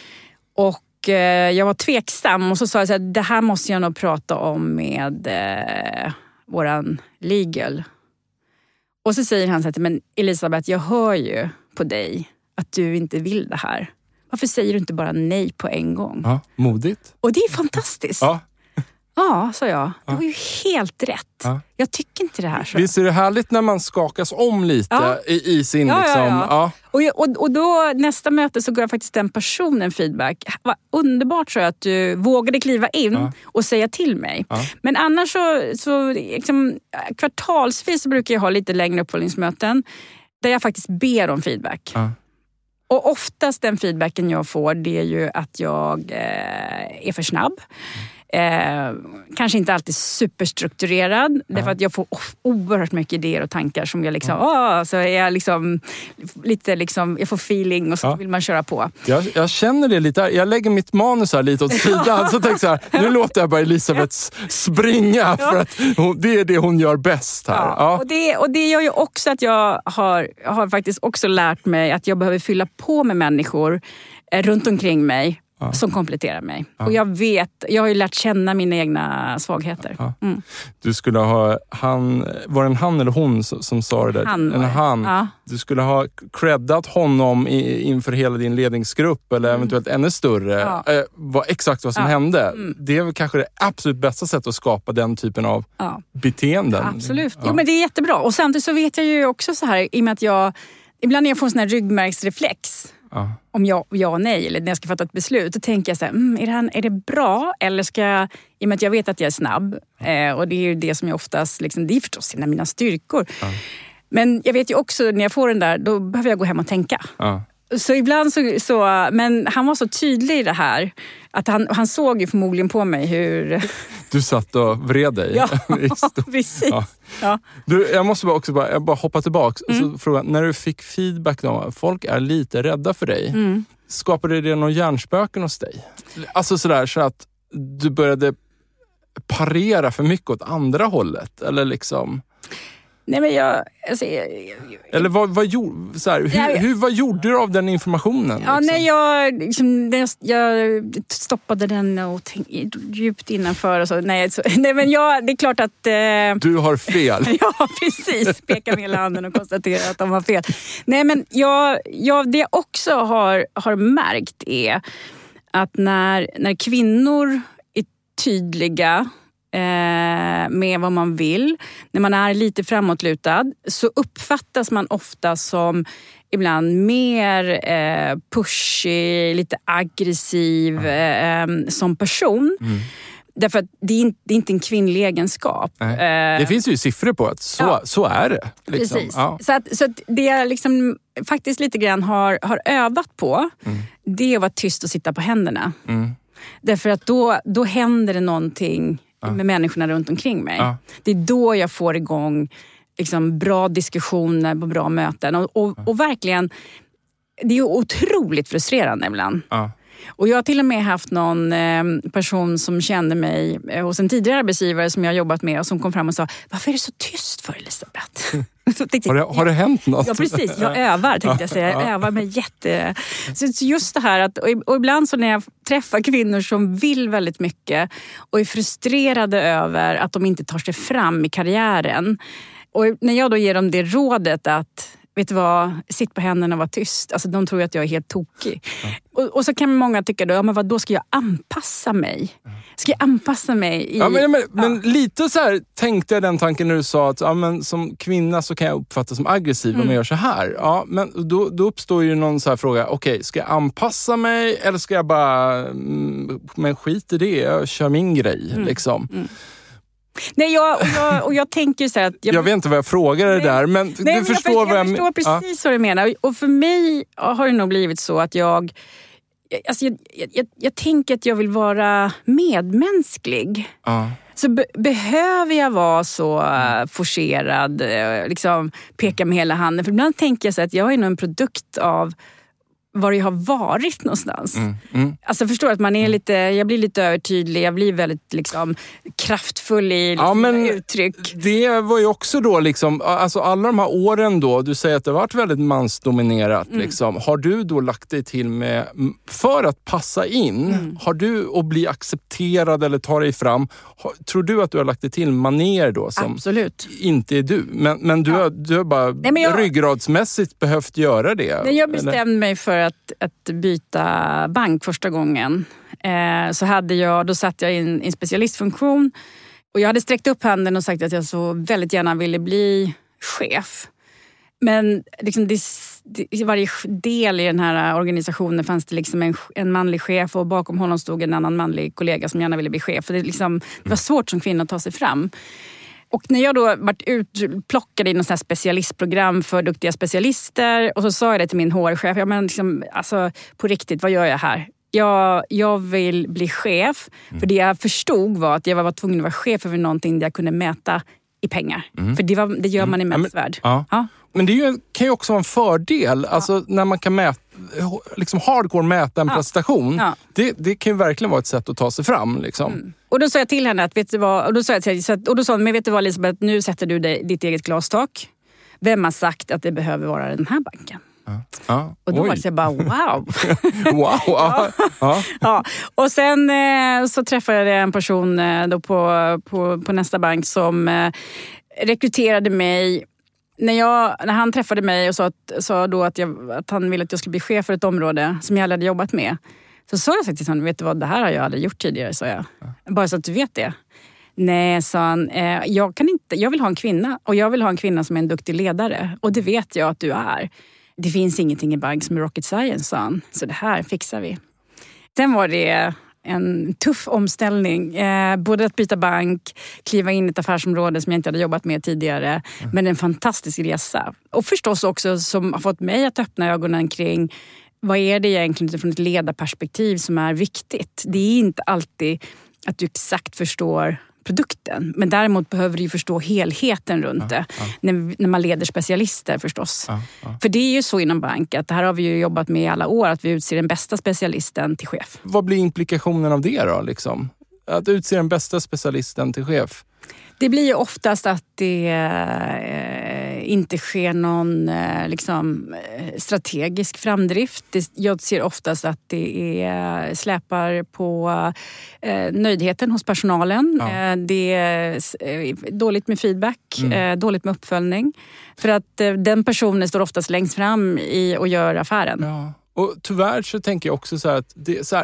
och eh, jag var tveksam och så sa jag så här, det här måste jag nog prata om med eh, våran legal. Och så säger han så här, men Elisabeth, jag hör ju på dig att du inte vill det här. Varför säger du inte bara nej på en gång? Ja, modigt. Och det är fantastiskt. Ja. Ja, sa jag. Det var ju helt rätt. Ja. Jag tycker inte det här så. Visst är det härligt när man skakas om lite ja. i, i sin... Ja, liksom, ja, ja. Ja. Och, och, och då nästa möte så gav jag faktiskt den personen feedback. Vad underbart så att du vågade kliva in ja. och säga till mig. Ja. Men annars så, så liksom, kvartalsvis så brukar jag ha lite längre uppföljningsmöten där jag faktiskt ber om feedback. Ja. Och oftast den feedbacken jag får, det är ju att jag eh, är för snabb. Eh, kanske inte alltid superstrukturad. Ja. Därför att jag får oerhört mycket idéer och tankar som jag liksom, ja. åh, så är jag liksom lite liksom, jag får feeling och så ja. vill man köra på. Jag, jag känner det lite här. Jag lägger mitt manus här lite åt sidan ja. så tänker jag så här, nu låter jag bara Elisabeth springa ja. för att hon, det är det hon gör bäst här. Ja. Ja. Och, det, och det gör ju också att jag har, har faktiskt också lärt mig att jag behöver fylla på med människor eh, runt omkring mig. Ja. Som kompletterar mig. Ja. Och jag vet, jag har ju lärt känna mina egna svagheter. Ja. Mm. Du skulle ha, han, var det en han eller hon som, som sa det där? Han en han. Ja. Du skulle ha creddat honom i, inför hela din ledningsgrupp eller mm. eventuellt ännu större. Ja. Eh, vad, exakt vad som ja. hände. Mm. Det är väl kanske det absolut bästa sättet att skapa den typen av ja. beteenden. Ja, absolut. Ja. Jo, men det är jättebra. Och samtidigt så vet jag ju också så här, i och med att jag, ibland när jag får en sån här ryggmärgsreflex. Ja. Om jag, ja och nej, eller när jag ska fatta ett beslut, då tänker jag så här, mm, är, det här, är det bra? Eller ska jag, i och med att jag vet att jag är snabb, eh, och det är ju det som jag oftast, liksom, det är förstås en av mina styrkor. Ja. Men jag vet ju också, när jag får den där, då behöver jag gå hem och tänka. Ja. Så ibland så, så, men han var så tydlig i det här, att han, han såg ju förmodligen på mig hur... Du satt och vred dig. Ja, precis. Ja. Ja. Du, jag måste bara också bara, jag bara hoppa tillbaka och mm. så fråga, när du fick feedback då, folk är lite rädda för dig. Mm. Skapade det någon hjärnspöken hos dig? Alltså sådär så att du började parera för mycket åt andra hållet, eller liksom... Nej, men jag... Alltså, jag, jag Eller vad, vad, gjorde, så här, hur, jag, hur, vad gjorde du av den informationen? Ja, liksom? nej, jag, liksom, jag stoppade den och tänk, djupt innanför. Och så. Nej, så, nej, men jag, det är klart att... Eh, du har fel. Ja, precis. Pekar med hela handen och konstaterar att de har fel. Nej, men jag, jag, det jag också har, har märkt är att när, när kvinnor är tydliga... Eh, med vad man vill. När man är lite framåtlutad så uppfattas man ofta som ibland mer eh, pushig, lite aggressiv eh, som person. Mm. Därför att det är, inte, det är inte en kvinnlig egenskap. Eh, det finns ju siffror på att så, ja. så är det. Liksom. Precis. Ja. Så, att, så att det jag liksom faktiskt lite grann har, har övat på, mm. det är att vara tyst och sitta på händerna. Mm. Därför att då, då händer det någonting med människorna runt omkring mig. Ja. Det är då jag får igång liksom, bra diskussioner på bra möten. Och, och, och verkligen, det är ju otroligt frustrerande ibland. Ja. Och jag har till och med haft någon eh, person som kände mig eh, hos en tidigare arbetsgivare som jag har jobbat med och som kom fram och sa, varför är det så tyst för Elisabeth? Så tänkte, har, det, har det hänt något? Ja, precis. Jag övar, tänkte jag säga. Jag övar mig jätte... Så just det här att, och ibland så när jag träffar kvinnor som vill väldigt mycket och är frustrerade över att de inte tar sig fram i karriären. Och när jag då ger dem det rådet att vet du vad, sitt på händerna och var tyst. Alltså de tror ju att jag är helt tokig. Ja. Och, och så kan många tycka då, ja men vad då ska jag anpassa mig? Ska jag anpassa mig i... Ja, men, men, ja. men lite så här tänkte jag den tanken när du sa att ja, men, som kvinna så kan jag uppfattas som aggressiv mm. om jag gör så här. Ja, men då, då uppstår ju någon så här fråga, okej, okay, ska jag anpassa mig eller ska jag bara, men skit i det, jag kör min grej mm. liksom. Mm. Nej, jag, och, jag, och jag tänker så här att... Jag, jag vet inte vad jag frågar nej, där, men nej, du men förstår jag, vad jag... Jag förstår precis ja. vad du menar. Och för mig har det nog blivit så att jag... Alltså jag, jag, jag tänker att jag vill vara medmänsklig. Ja. Så be, behöver jag vara så uh, forcerad, uh, liksom peka med hela handen. För ibland tänker jag så att jag är nog en produkt av... var jag har varit någonstans. Mm, mm. Alltså förstår att man är lite, jag blir lite övertydlig, jag blir väldigt liksom kraftfull i liksom, ja, men uttryck. Det var ju också då liksom, alltså alla de här åren då, du säger att det har varit väldigt mansdominerat mm. liksom. Har du då lagt dig till med, för att passa in, mm. har du att bli accepterad eller ta dig fram, har, tror du att du har lagt dig till maner då som absolut inte är du? Men, men du, ja. har, du har bara nej, jag, ryggradsmässigt behövt göra det. Nej, jag bestämde eller? mig för Att, att byta bank första gången eh, så hade jag, då satt jag i en, en specialistfunktion och jag hade sträckt upp handen och sagt att jag så väldigt gärna ville bli chef. Men liksom det, det, i varje del i den här organisationen fanns det liksom en, en manlig chef och bakom honom stod en annan manlig kollega som gärna ville bli chef. För det, liksom, det var svårt som kvinna att ta sig fram. Och när jag då varit utplockad i något sånt här specialistprogram för duktiga specialister och så sa jag det till min H R-chef, ja men liksom, alltså på riktigt, vad gör jag här? Jag, jag vill bli chef, mm. för det jag förstod var att jag var tvungen att vara chef över någonting där jag kunde mäta i pengar. Mm. För det, var, det gör man i mäts värld. Ja. Ja. Men det är ju, kan ju också vara en fördel, ja. alltså när man kan mäta, liksom hardcore mäta en ja. prestation, ja. Det, det kan ju verkligen vara ett sätt att ta sig fram liksom. Mm. Och då sa jag till henne att, vet du vad, och då sa jag till henne, och då sa hon, men vet du vad Elisabeth, nu sätter du dig, ditt eget glastak. Vem har sagt att det behöver vara den här banken? Ja. Ja. Och då Oj. var det så bara, wow. wow, ja. Ja. Ja. Och sen eh, så träffade jag en person eh, då på, på, på nästa bank som eh, rekryterade mig. När, jag, när han träffade mig och sa, att, sa då att, jag, att han ville att jag skulle bli chef för ett område som jag aldrig hade jobbat med. Så sa jag till honom, vet du vad, det här har jag aldrig gjort tidigare, sa jag. Ja. Bara så att du vet det. Nej, sa han, eh, jag, kan inte, jag vill ha en kvinna. Och jag vill ha en kvinna som är en duktig ledare. Och det vet jag att du är. Det finns ingenting i bank som är rocket science, sa han. Så det här fixar vi. Sen var det en tuff omställning. Eh, både att byta bank, kliva in i ett affärsområde som jag inte hade jobbat med tidigare. Mm. Men en fantastisk resa. Och förstås också som har fått mig att öppna ögonen kring vad är det egentligen utifrån ett ledarperspektiv som är viktigt. Det är inte alltid att du exakt förstår produkten. Men däremot behöver du ju förstå helheten runt det. Ja, ja. När, när man leder specialister förstås. Ja, ja. För det är ju så inom bank att det här har vi ju jobbat med i alla år. Att vi utser den bästa specialisten till chef. Vad blir implikationen av det då? Liksom? Att utse den bästa specialisten till chef? Det blir ju oftast att det eh, inte sker någon eh, liksom, strategisk framdrift. Det, jag ser oftast att det är släpar på eh, nöjdheten hos personalen. Ja. Eh, det är eh, dåligt med feedback, mm. eh, dåligt med uppföljning. För att eh, den personen står oftast längst fram i och gör affären. Ja. Och tyvärr så tänker jag också så här att det är så här...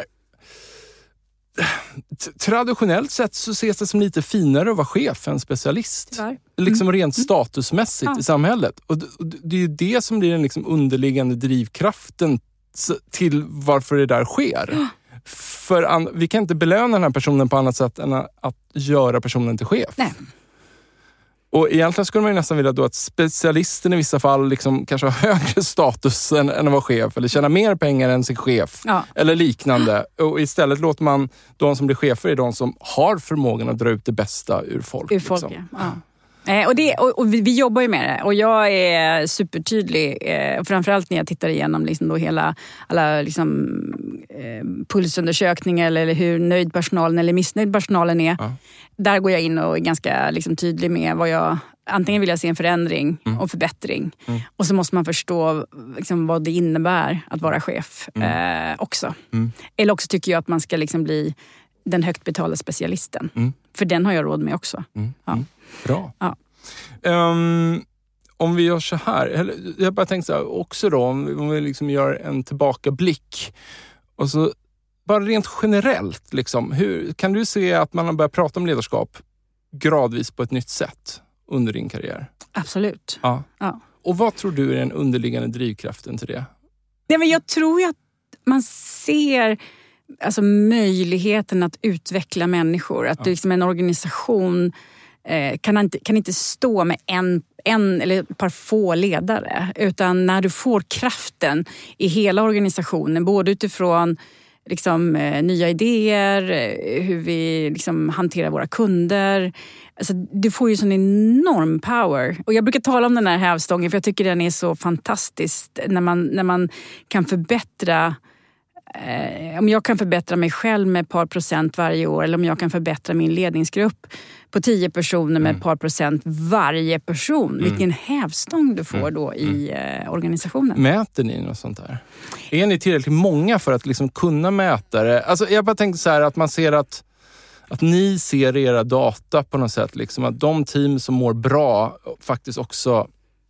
Traditionellt sett så ses det som lite finare att vara chef än specialist. Mm. Liksom rent statusmässigt mm. i samhället. Och det är ju det som blir den liksom underliggande drivkraften till varför det där sker. Mm. För an- vi kan inte belöna den här personen på annat sätt än att göra personen till chef. Nej. Och egentligen skulle man ju nästan vilja då att specialisten i vissa fall liksom kanske har högre status än, än att vara chef. Eller tjäna mer pengar än sin chef. Ja. Eller liknande. Och istället låter man de som blir chefer är de som har förmågan att dra ut det bästa ur folk. Ur folk, liksom. ja. Eh, och det, och, och vi, vi jobbar ju med det. Och jag är supertydlig. Eh, framförallt när jag tittar igenom liksom då hela, alla liksom, eh, pulsundersökningar eller hur nöjd personalen eller missnöjd personalen är. Ja. Där går jag in och är ganska liksom, tydlig med vad jag... Antingen vill jag se en förändring mm. och förbättring. Mm. Och så måste man förstå liksom, vad det innebär att vara chef mm. eh, också. Mm. Eller också tycker jag att man ska liksom, bli den högt betalda specialisten. Mm. För den har jag råd med också. Mm. Ja. Mm. Bra. Ja. Um, om vi gör så här. Jag bara tänkte så här, också då. Om vi, om vi liksom gör en tillbakablick. Och så bara rent generellt. Liksom, hur, kan du se att man har börjat prata om ledarskap gradvis på ett nytt sätt under din karriär? Absolut. Ja. Ja. Och vad tror du är den underliggande drivkraften till det? Nej, men jag tror ju att man ser alltså, möjligheten att utveckla människor. Att ja. liksom en organisation eh, kan, inte, kan inte stå med en, en eller ett par få ledare. Utan när du får kraften i hela organisationen, både utifrån liksom, eh, nya idéer, hur vi liksom, hanterar våra kunder. Alltså, du får ju sån enorm power. Och jag brukar tala om den här hävstången för jag tycker den är så fantastisk. När man, när man kan förbättra, eh, om jag kan förbättra mig själv med ett par procent varje år. Eller om jag kan förbättra min ledningsgrupp på tio personer med ett par procent varje person. Mm. Vilken hävstång du får då mm. i eh, organisationen. Mäter ni något sånt där? Är ni tillräckligt många för att liksom kunna mäta det? Alltså, jag bara tänkte så här att man ser att Att ni ser era data på något sätt. Liksom, att de team som mår bra faktiskt också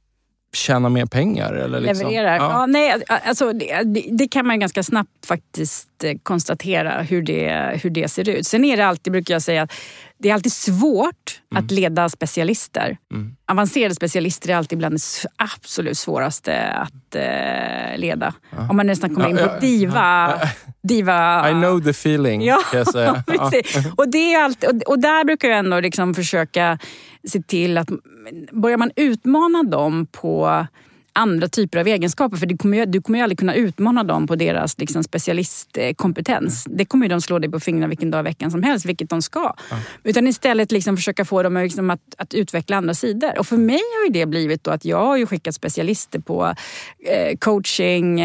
tjänar mer pengar. Eller liksom. Levererar. Ja. Ja, nej, alltså, det, det kan man ganska snabbt faktiskt konstatera hur det, hur det ser ut. Sen är det alltid, brukar jag säga, att det är alltid svårt mm. att leda specialister. Mm. Avancerade specialister är alltid bland det absolut svåraste att eh, leda. Ja. Om man nästan kommer in på ja, diva... Ja. diva I know the feeling. Ja, kan jag säga. precis. Och, det är alltid, och, och där brukar jag ändå liksom försöka se till att börjar man utmana dem på andra typer av egenskaper, för du kommer ju, du kommer ju aldrig kunna utmana dem på deras liksom, specialistkompetens. Mm. Det kommer ju de slå dig på fingrarna vilken dag i veckan som helst, vilket de ska. Mm. Utan istället liksom försöka få dem liksom, att, att utveckla andra sidor. Och för mig har ju det blivit då att jag har ju skickat specialister på eh, coaching,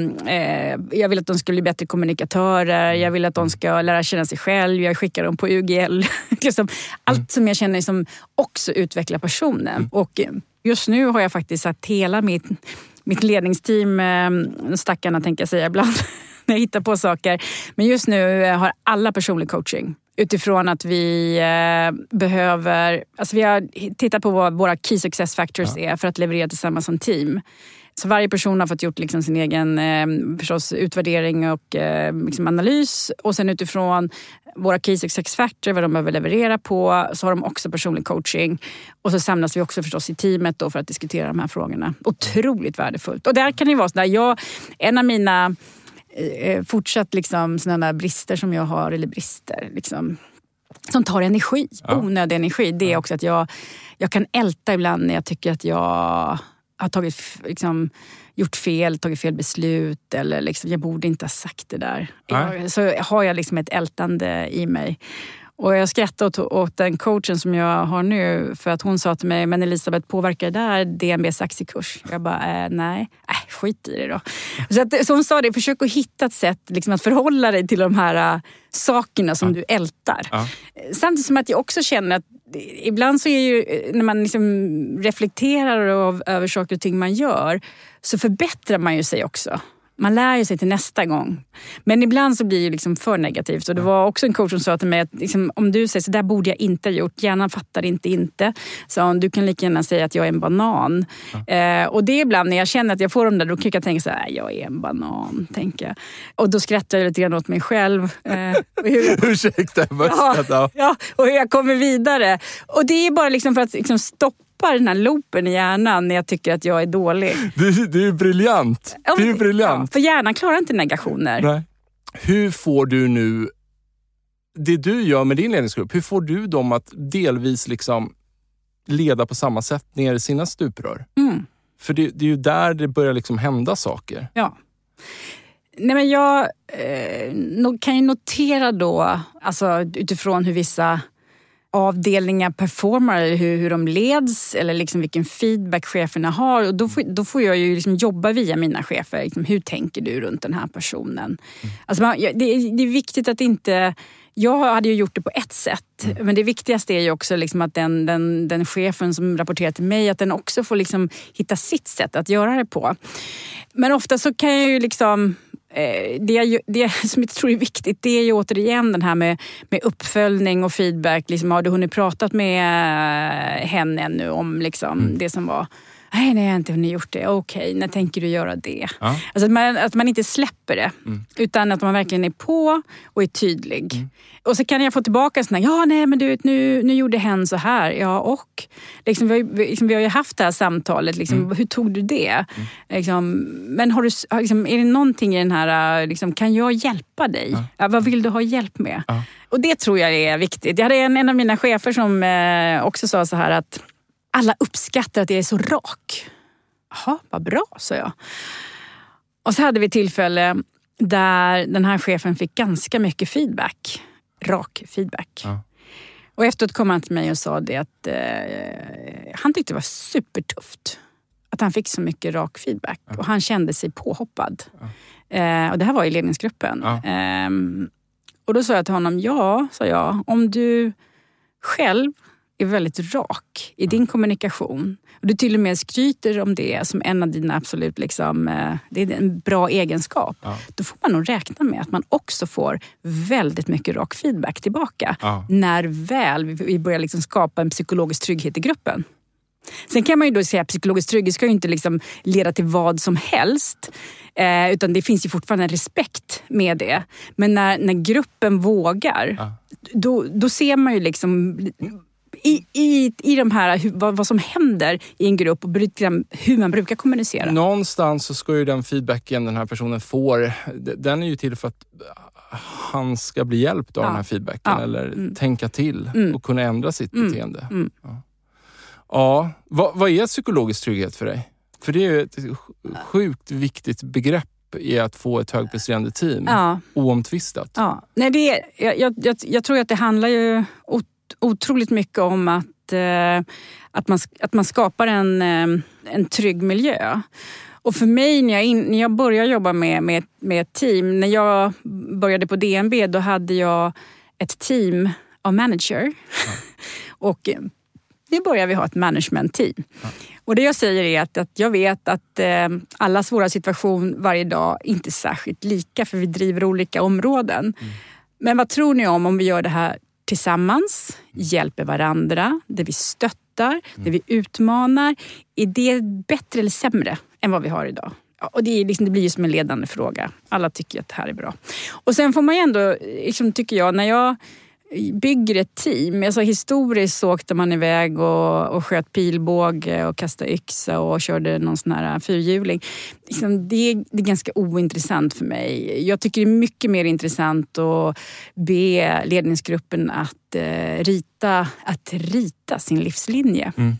eh, jag vill att de ska bli bättre kommunikatörer, jag vill att de ska lära känna sig själv, jag skickar dem på U G L. liksom, allt mm. som jag känner som också utvecklar personen. Mm. Och just nu har jag faktiskt satt hela mitt, mitt ledningsteam, stackarna tänker jag säga ibland, när jag hittar på saker. Men just nu har alla personlig coaching. Utifrån att vi eh, behöver, alltså vi har tittat på vad våra key success factors ja. är för att leverera tillsammans som team. Så varje person har fått gjort liksom sin egen eh, förstås, utvärdering och eh, liksom analys. Och sen utifrån våra key success factors, vad de behöver leverera på, så har de också personlig coaching. Och så samlas vi också förstås i teamet då för att diskutera de här frågorna. Otroligt värdefullt. Och där kan det vara så där, jag, en av mina eh, fortsatt liksom sådana brister som jag har, eller brister liksom, som tar energi, ja. onödig energi, det är också att jag, jag kan älta ibland när jag tycker att jag har tagit, liksom, gjort fel, tagit fel beslut eller liksom, jag borde inte ha sagt det där. Jag, så har jag liksom ett ältande i mig. Och jag skrattade åt, åt den coachen som jag har nu för att hon sa till mig, men Elisabeth, påverkar det där D N B:s aktiekurs? Jag bara, äh, nej, äh, skit i det då. Så, att, så hon sa det, försök att hitta ett sätt liksom, att förhålla dig till de här uh, sakerna som ja. du ältar. Ja. Samtidigt som att jag också känner att ibland så är ju, när man liksom reflekterar över saker och ting man gör, så förbättrar man ju sig också. Man lär ju sig till nästa gång. Men ibland så blir det ju liksom för negativt. Och det var också en coach som sa till mig att liksom, om du säger så där borde jag inte ha gjort. Hjärnan fattar inte inte. Så du kan lika gärna säga att jag är en banan. Ja. Eh, och det är ibland när jag känner att jag får dem där, då kan jag tänka så här, jag är en banan, tänker jag. Och då skrattar jag lite grann åt mig själv. Eh, hur, Ursäkta, jag bara ja, ja, och hur jag kommer vidare. Och det är bara liksom för att liksom stoppa den här loopen i hjärnan när jag tycker att jag är dålig. Det, det är briljant. Det är briljant. Ja, för hjärnan klarar inte negationer. Nej. Hur får du nu, det du gör med din ledningsgrupp, hur får du dem att delvis liksom leda på samma sätt ner i sina stuprör? Mm. För det, det är ju där det börjar liksom hända saker. Ja. Nej, men jag eh, kan ju notera då, alltså utifrån hur vissa avdelningar performar eller hur, hur de leds eller liksom vilken feedback cheferna har. Och då får, då får jag ju liksom jobba via mina chefer. Liksom, hur tänker du runt den här personen? Mm. Alltså man, det, är, det är viktigt att inte... Jag hade ju gjort det på ett sätt, mm. men det viktigaste är ju också liksom att den, den, den chefen som rapporterar till mig, att den också får liksom hitta sitt sätt att göra det på. Men ofta så kan jag ju liksom... Det, det som jag tror är viktigt, det är ju återigen den här med, med uppföljning och feedback. Liksom, har du hunnit pratat med henne nu om liksom mm. det som var... Nej, nej, jag har inte hunnit gjort det. Okej, när tänker du göra det? Ja. Alltså att man, att man inte släpper det. Mm. Utan att man verkligen är på och är tydlig. Mm. Och så kan jag få tillbaka sådana, ja nej men du, nu, nu gjorde hen så här. Ja och? Liksom, vi, har, liksom, vi har ju haft det här samtalet. Liksom, mm. Hur tog du det? Mm. Liksom, men har du, liksom, är det någonting i den här, liksom, kan jag hjälpa dig? Ja. Ja, vad vill du ha hjälp med? Ja. Och det tror jag är viktigt. Jag hade en, en av mina chefer som eh, också sa så här att alla uppskattar att jag är så rak. Jaha, vad bra, sa jag. Och så hade vi tillfälle där den här chefen fick ganska mycket feedback. Rak feedback. Ja. Och efteråt kom han till mig och sa det att eh, han tyckte det var supertufft. Att han fick så mycket rak feedback. Ja. Och han kände sig påhoppad. Ja. Eh, och det här var i ledningsgruppen. Ja. Eh, och då sa jag till honom, ja, sa jag, om du själv är väldigt rak i din kommunikation. Och du till och med skryter om det som en av dina absolut liksom, det är en bra egenskap. Ja. Då får man nog räkna med att man också får väldigt mycket rak feedback tillbaka. Ja. När väl vi börjar liksom skapa en psykologisk trygghet i gruppen. Sen kan man ju då säga att psykologisk trygghet ska ju inte liksom leda till vad som helst. Eh, utan det finns ju fortfarande en respekt med det. Men när, när gruppen vågar, ja. då, då ser man ju liksom... I, i, i de här, hur, vad, vad som händer i en grupp och hur man brukar kommunicera. Någonstans så ska ju den feedbacken den här personen får, den är ju till för att han ska bli hjälpt av ja. den här feedbacken ja. eller mm. tänka till mm. och kunna ändra sitt mm. beteende. Mm. Ja, ja. Vad, vad är psykologisk trygghet för dig? För det är ju ett sjukt viktigt begrepp i att få ett högpresterande team. Ja. Oomtvistat. Ja. Nej, det är, jag, jag, jag tror att det handlar ju otroligt mycket om att, eh, att, man, att man skapar en, eh, en trygg miljö. Och för mig när jag, in, när jag började jobba med, med, med ett team, när jag började på D N B då hade jag ett team av manager. Ja. Och nu börjar vi ha ett management-team. Ja. Och det jag säger är att, att jag vet att eh, allas våra situation varje dag inte är särskilt lika för vi driver olika områden. Mm. Men vad tror ni om om vi gör det här tillsammans, hjälper varandra, där vi stöttar, mm. där vi utmanar. Är det bättre eller sämre än vad vi har idag? Ja, och det, är liksom, det blir ju som en ledande fråga. Alla tycker att det här är bra. Och sen får man ju ändå, liksom, tycker jag, när jag bygger ett team. Alltså historiskt så åkte man iväg och, och sköt pilbåge och kastade yxa och körde någon sån här fyrhjuling. Liksom, det, är, det är ganska ointressant för mig. Jag tycker det är mycket mer intressant att be ledningsgruppen att eh, rita, att rita sin livslinje. Mm.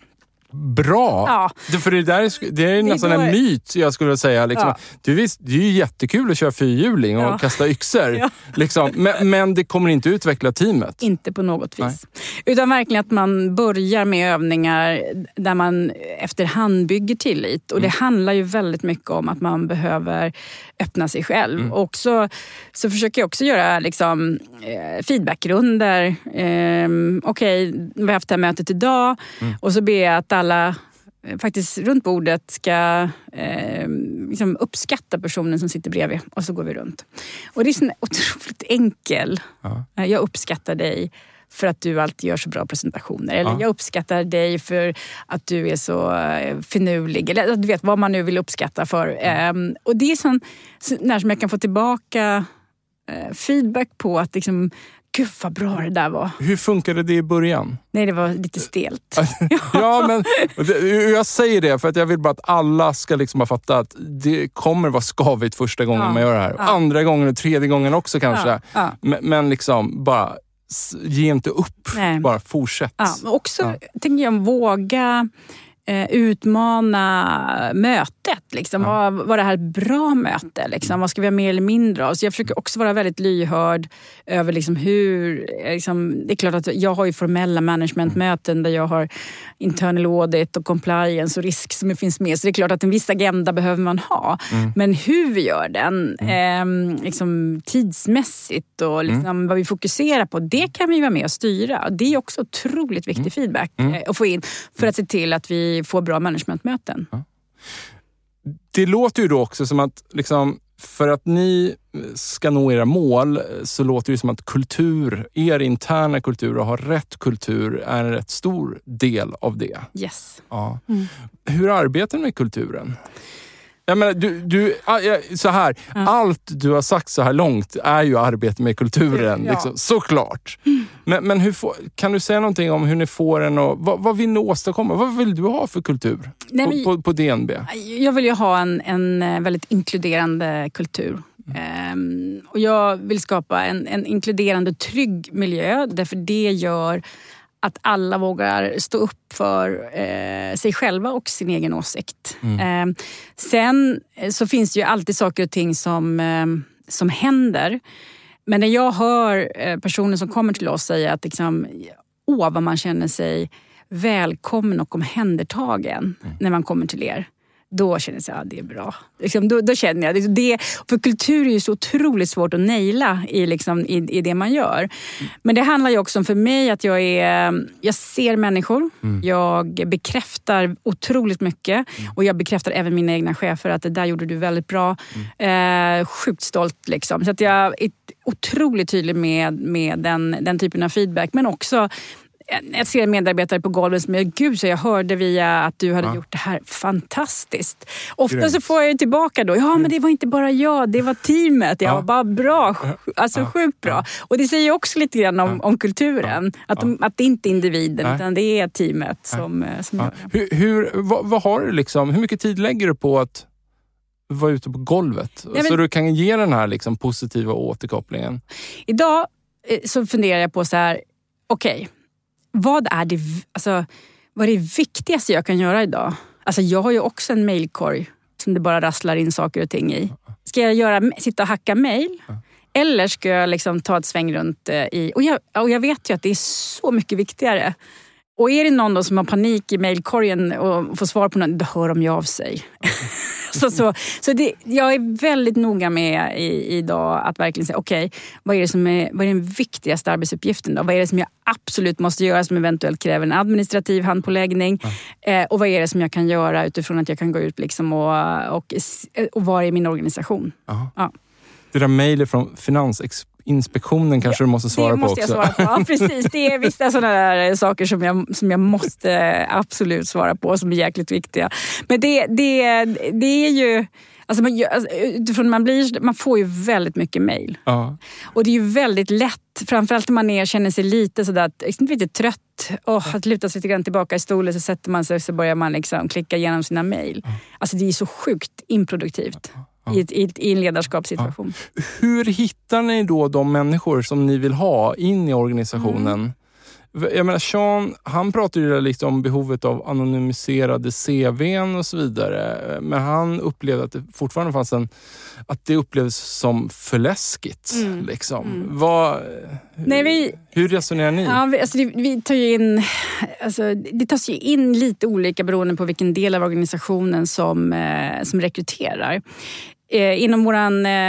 Bra! Ja. För det, där är, det är nästan det går... en myt, jag skulle säga. Liksom. Ja. Det, är visst, det är ju jättekul att köra fyrhjuling och ja. kasta yxor. Ja. Liksom. Men, men det kommer inte utveckla teamet. Inte på något vis. Nej. Utan verkligen att man börjar med övningar där man efterhand bygger tillit. Och mm. det handlar ju väldigt mycket om att man behöver öppna sig själv. Mm. Och så, så försöker jag också göra liksom, eh, feedbackrunder. Eh, Okej, okay, vi har haft det här mötet idag. Mm. Och så ber jag att alla faktiskt runt bordet ska eh, liksom uppskatta personen som sitter bredvid. Och så går vi runt. Och det är så otroligt enkel. Ja. Jag uppskattar dig för att du alltid gör så bra presentationer. Eller ja. jag uppskattar dig för att du är så finurlig. Eller du vet vad man nu vill uppskatta för. Mm. Och det är sån, så när som jag kan få tillbaka eh, feedback på att liksom, gud vad bra det där var. Hur funkade det i början? Nej, det var lite stelt. Ja, men jag säger det för att jag vill bara att alla ska liksom ha fattat att det kommer vara skavigt första gången ja. man gör det här. Ja. Andra gången och tredje gången också kanske. Ja. Ja. Men, men liksom bara ge inte upp. Nej. Bara fortsätt. Ja, men också ja. tänker jag våga eh, utmana mötet. mötet? Liksom? Ja. Var, var det här ett bra möte? Liksom? Vad ska vi ha mer eller mindre av? Så jag försöker också vara väldigt lyhörd över liksom hur... Liksom, det är klart att jag har ju formella managementmöten där jag har internal audit och compliance och risk som finns med. Så det är klart att en viss agenda behöver man ha. Mm. Men hur vi gör den, mm. eh, liksom, tidsmässigt och liksom, mm. vad vi fokuserar på, det kan vi vara med och styra. Det är också otroligt viktig mm. feedback mm. att få in för att se till att vi får bra managementmöten. Ja. Det låter ju då också som att liksom, för att ni ska nå era mål så låter det som att kultur, er interna kultur och ha rätt kultur är en rätt stor del av det. Yes. Ja. Mm. Hur arbetar ni med kulturen? Jag menar, du, du, så här, mm. allt du har sagt så här långt är ju arbete med kulturen, ja. liksom, såklart. Mm. Men, men hur får, kan du säga någonting om hur ni får den och vad, vad vill ni åstadkomma? Vad vill du ha för kultur Nej, på, men, på, på D N B? Jag vill ju ha en, en väldigt inkluderande kultur. Mm. Um, och jag vill skapa en, en inkluderande trygg miljö, därför det gör att alla vågar stå upp för eh, sig själva och sin egen åsikt. Mm. Eh, sen så finns det ju alltid saker och ting som, eh, som händer. Men när jag hör eh, personer som kommer till oss säga att liksom, åh, vad man känner sig välkommen och omhändertagen mm. när man kommer till er. Då känner jag att ja, det är bra. Liksom, då, då känner jag det, det. För kultur är ju så otroligt svårt att naila i, liksom, i, i det man gör. Mm. Men det handlar ju också om för mig att jag, är, jag ser människor. Mm. Jag bekräftar otroligt mycket. Mm. Och jag bekräftar även mina egna chefer att det där gjorde du väldigt bra. Mm. Eh, sjukt stolt liksom. Så att jag är otroligt tydlig med, med den, den typen av feedback. Men också... Jag ser medarbetare på golvet som är, gud så jag hörde via att du hade ja. gjort det här fantastiskt. Ofta Gräns. så får jag ju tillbaka då, ja men det var inte bara jag, det var teamet. Jag ja. var bara bra, alltså ja. sjukt bra. Och det säger också lite grann om, ja. om kulturen. Ja. Att, de, att det inte är individen ja. utan det är teamet som, som ja. gör det. Hur, hur, vad, vad har du liksom, hur mycket tid lägger du på att vara ute på golvet? Ja, men, så du kan ge den här liksom positiva återkopplingen. Idag så funderar jag på så här, okej. Okay, Vad är det, alltså, vad är det viktigaste jag kan göra idag? Alltså jag har ju också en mailkorg som det bara rasslar in saker och ting i. Ska jag göra, sitta och hacka mail? Eller ska jag liksom ta ett sväng runt i... Och jag, och jag vet ju att det är så mycket viktigare. Och är det någon då som har panik i mailkorgen och får svar på något, då hör de ju av sig. så så, så det, jag är väldigt noga med i, idag att verkligen säga, okej, okay, vad är det som är, vad är den viktigaste arbetsuppgiften då? Vad är det som jag absolut måste göra som eventuellt kräver en administrativ handpåläggning? Mm. Eh, och vad är det som jag kan göra utifrån att jag kan gå ut liksom och, och, och vara i min organisation? Ja. Det där mejlet från Finansinspektionen kanske ja, du måste svara på också. Det måste jag svara på, ja, precis. Det är vissa sådana där saker som jag, som jag måste absolut svara på som är jäkligt viktiga. Men det, det, det är ju... Alltså man, utifrån man, blir, man får ju väldigt mycket mejl. Ja. Och det är ju väldigt lätt, framförallt när man är, känner sig lite sådär att, lite trött och att luta sig lite grann tillbaka i stolen, så sätter man sig och så börjar man liksom klicka igenom sina mejl. Ja. Alltså det är så sjukt improduktivt. Ja. I, ett, i, ett, I en ledarskapssituation. Ja. Hur hittar ni då de människor som ni vill ha in i organisationen? Mm. Jag menar, Sean, han pratar ju lite om behovet av anonymiserade C V:n och så vidare. Men han upplevde att det fortfarande fanns en... Att det upplevdes som för läskigt. Mm. Liksom. Mm. Vad, Nej, vi, hur resonerar ni? Ja, vi, alltså, vi, vi tar ju in... Alltså, det tas ju in lite olika beroende på vilken del av organisationen som, eh, som rekryterar. Eh, inom vår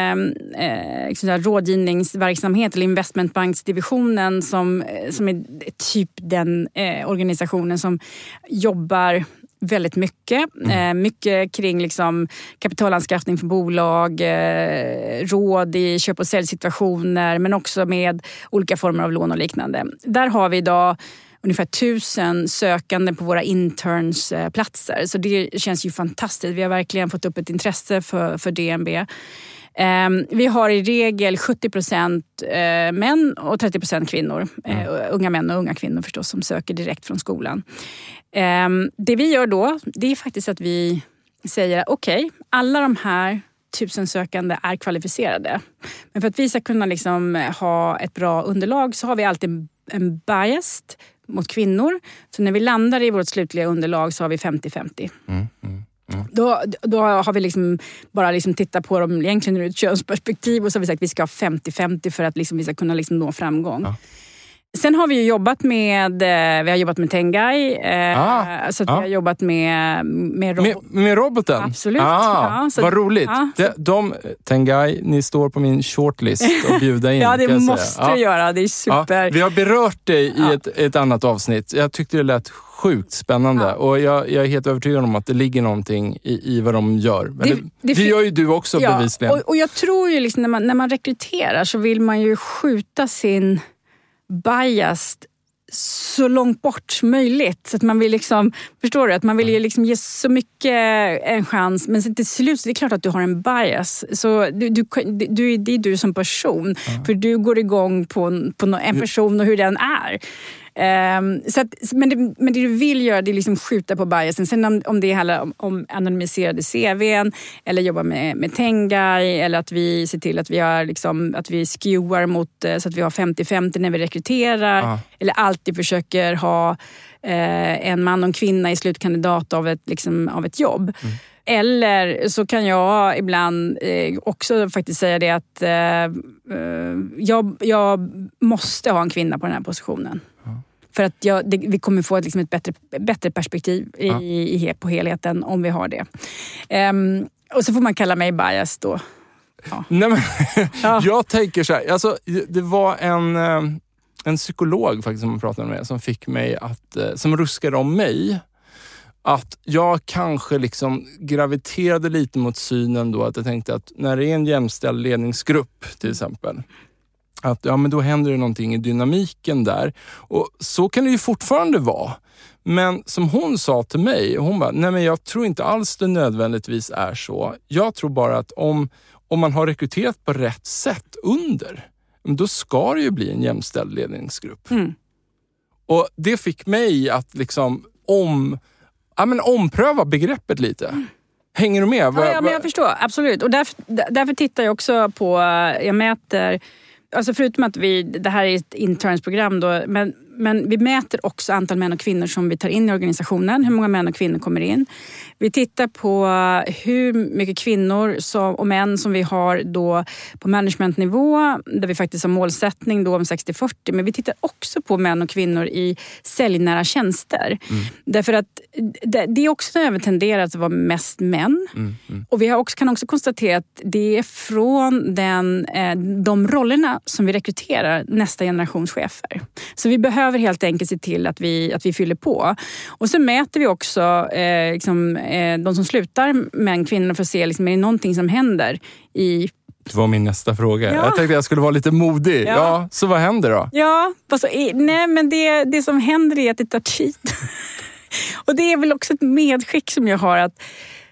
eh, rådgivningsverksamhet eller investmentbanksdivisionen som, som är typ den eh, organisationen som jobbar väldigt mycket. Mm. Eh, mycket kring liksom, kapitalanskaffning för bolag, eh, råd i köp- och säljsituationer, men också med olika former av lån och liknande. Där har vi idag ungefär tusen sökande på våra internsplatser. Så det känns ju fantastiskt. Vi har verkligen fått upp ett intresse för, för D N B. Um, vi har i regel sjuttio procent uh, män och trettio procent kvinnor. Mm. Uh, unga män och unga kvinnor förstås som söker direkt från skolan. Um, det vi gör då, det är faktiskt att vi säger okej, okay, alla de här tusen sökande är kvalificerade. Men för att vi ska kunna liksom ha ett bra underlag så har vi alltid en bias mot kvinnor. Så när vi landar i vårt slutliga underlag så har vi femtio femtio. Mm, mm, Mm. Då, då har vi liksom bara liksom tittat på dem egentligen ur ett könsperspektiv och så har vi sagt att vi ska ha femtio femtio för att liksom vi ska kunna liksom nå framgång. Ja. Sen har vi ju jobbat med, vi har jobbat med Tengai, ah, så att ah. vi har jobbat med med, robo- med, med roboten? Absolut. Ah, ja, så, vad roligt. Ja, de, de, Tengai, ni står på min shortlist och bjuda in. Ja, det måste du göra, det är super. Ja, vi har berört dig i ja. ett, ett annat avsnitt. Jag tyckte det lät sjukt spännande ja. och jag, jag är helt övertygad om att det ligger någonting i, i vad de gör. Men det, det, det, det gör ju du också ja, bevisligen. Och, och jag tror ju liksom när man, när man rekryterar så vill man ju skjuta sin bias så långt bort som möjligt. Så att man vill liksom, förstår du? Att man vill ju liksom ge så mycket en chans. Men sen till slut så är det klart att du har en bias. Så du, du, du, det är du som person. Mm. För du går igång på, på en person och hur den är. Um, så att, men, det, men det du vill göra det är liksom skjuta på biasen. Sen om, om det handlar om, om anonymiserade C V:n eller jobba med, med Tengai eller att vi ser till att vi har liksom, att vi skewar mot så att vi har femtio femtio när vi rekryterar ah. eller alltid försöker ha eh, en man och en kvinna i slutkandidat av ett, liksom, av ett jobb. Mm. Eller så kan jag ibland eh, också faktiskt säga det att eh, jag, jag måste ha en kvinna på den här positionen. Ja. För att jag, det, vi kommer få ett, liksom ett bättre, bättre perspektiv i, ja. i, på helheten om vi har det. Um, och så får man kalla mig bias då. Ja. Nej, men, ja. Jag tänker så här, alltså, det var en, en psykolog faktiskt som jag pratade med som fick mig att, som ruskade om mig. Att jag kanske liksom graviterade lite mot synen då att jag tänkte att när det är en jämställd ledningsgrupp till exempel att ja men då händer det någonting i dynamiken där och så kan det ju fortfarande vara. Men som hon sa till mig, hon bara, nej men jag tror inte alls det nödvändigtvis är så. Jag tror bara att om, om man har rekryterat på rätt sätt under, då ska det ju bli en jämställd ledningsgrupp. Mm. Och det fick mig att liksom om Ja, men ompröva begreppet lite. Hänger du med? Ja, ja men jag förstår. Absolut. Och därför, därför tittar jag också på, jag mäter, alltså förutom att vi, det här är ett internsprogram då, men, men vi mäter också antal män och kvinnor som vi tar in i organisationen. Hur många män och kvinnor kommer in. Vi tittar på hur mycket kvinnor som, och män som vi har då på managementnivå, där vi faktiskt har målsättning då om sextio fyrtio. Men vi tittar också på män och kvinnor i säljnära tjänster. Mm. Därför att det, det är också övertenderat att vara mest män. Mm, mm. Och vi har också, kan också konstatera att det är från den, de rollerna som vi rekryterar nästa generations chefer. Så vi behöver helt enkelt se till att vi, att vi fyller på. Och så mäter vi också eh, liksom, eh, de som slutar män, kvinnor för att se liksom, är det någonting som händer i... Det var min nästa fråga. Ja. Jag tänkte att jag skulle vara lite modig. Ja, ja så vad händer då? Ja, alltså, nej, men det, det som händer är att det tar tid. Och det är väl också ett medskick som jag har att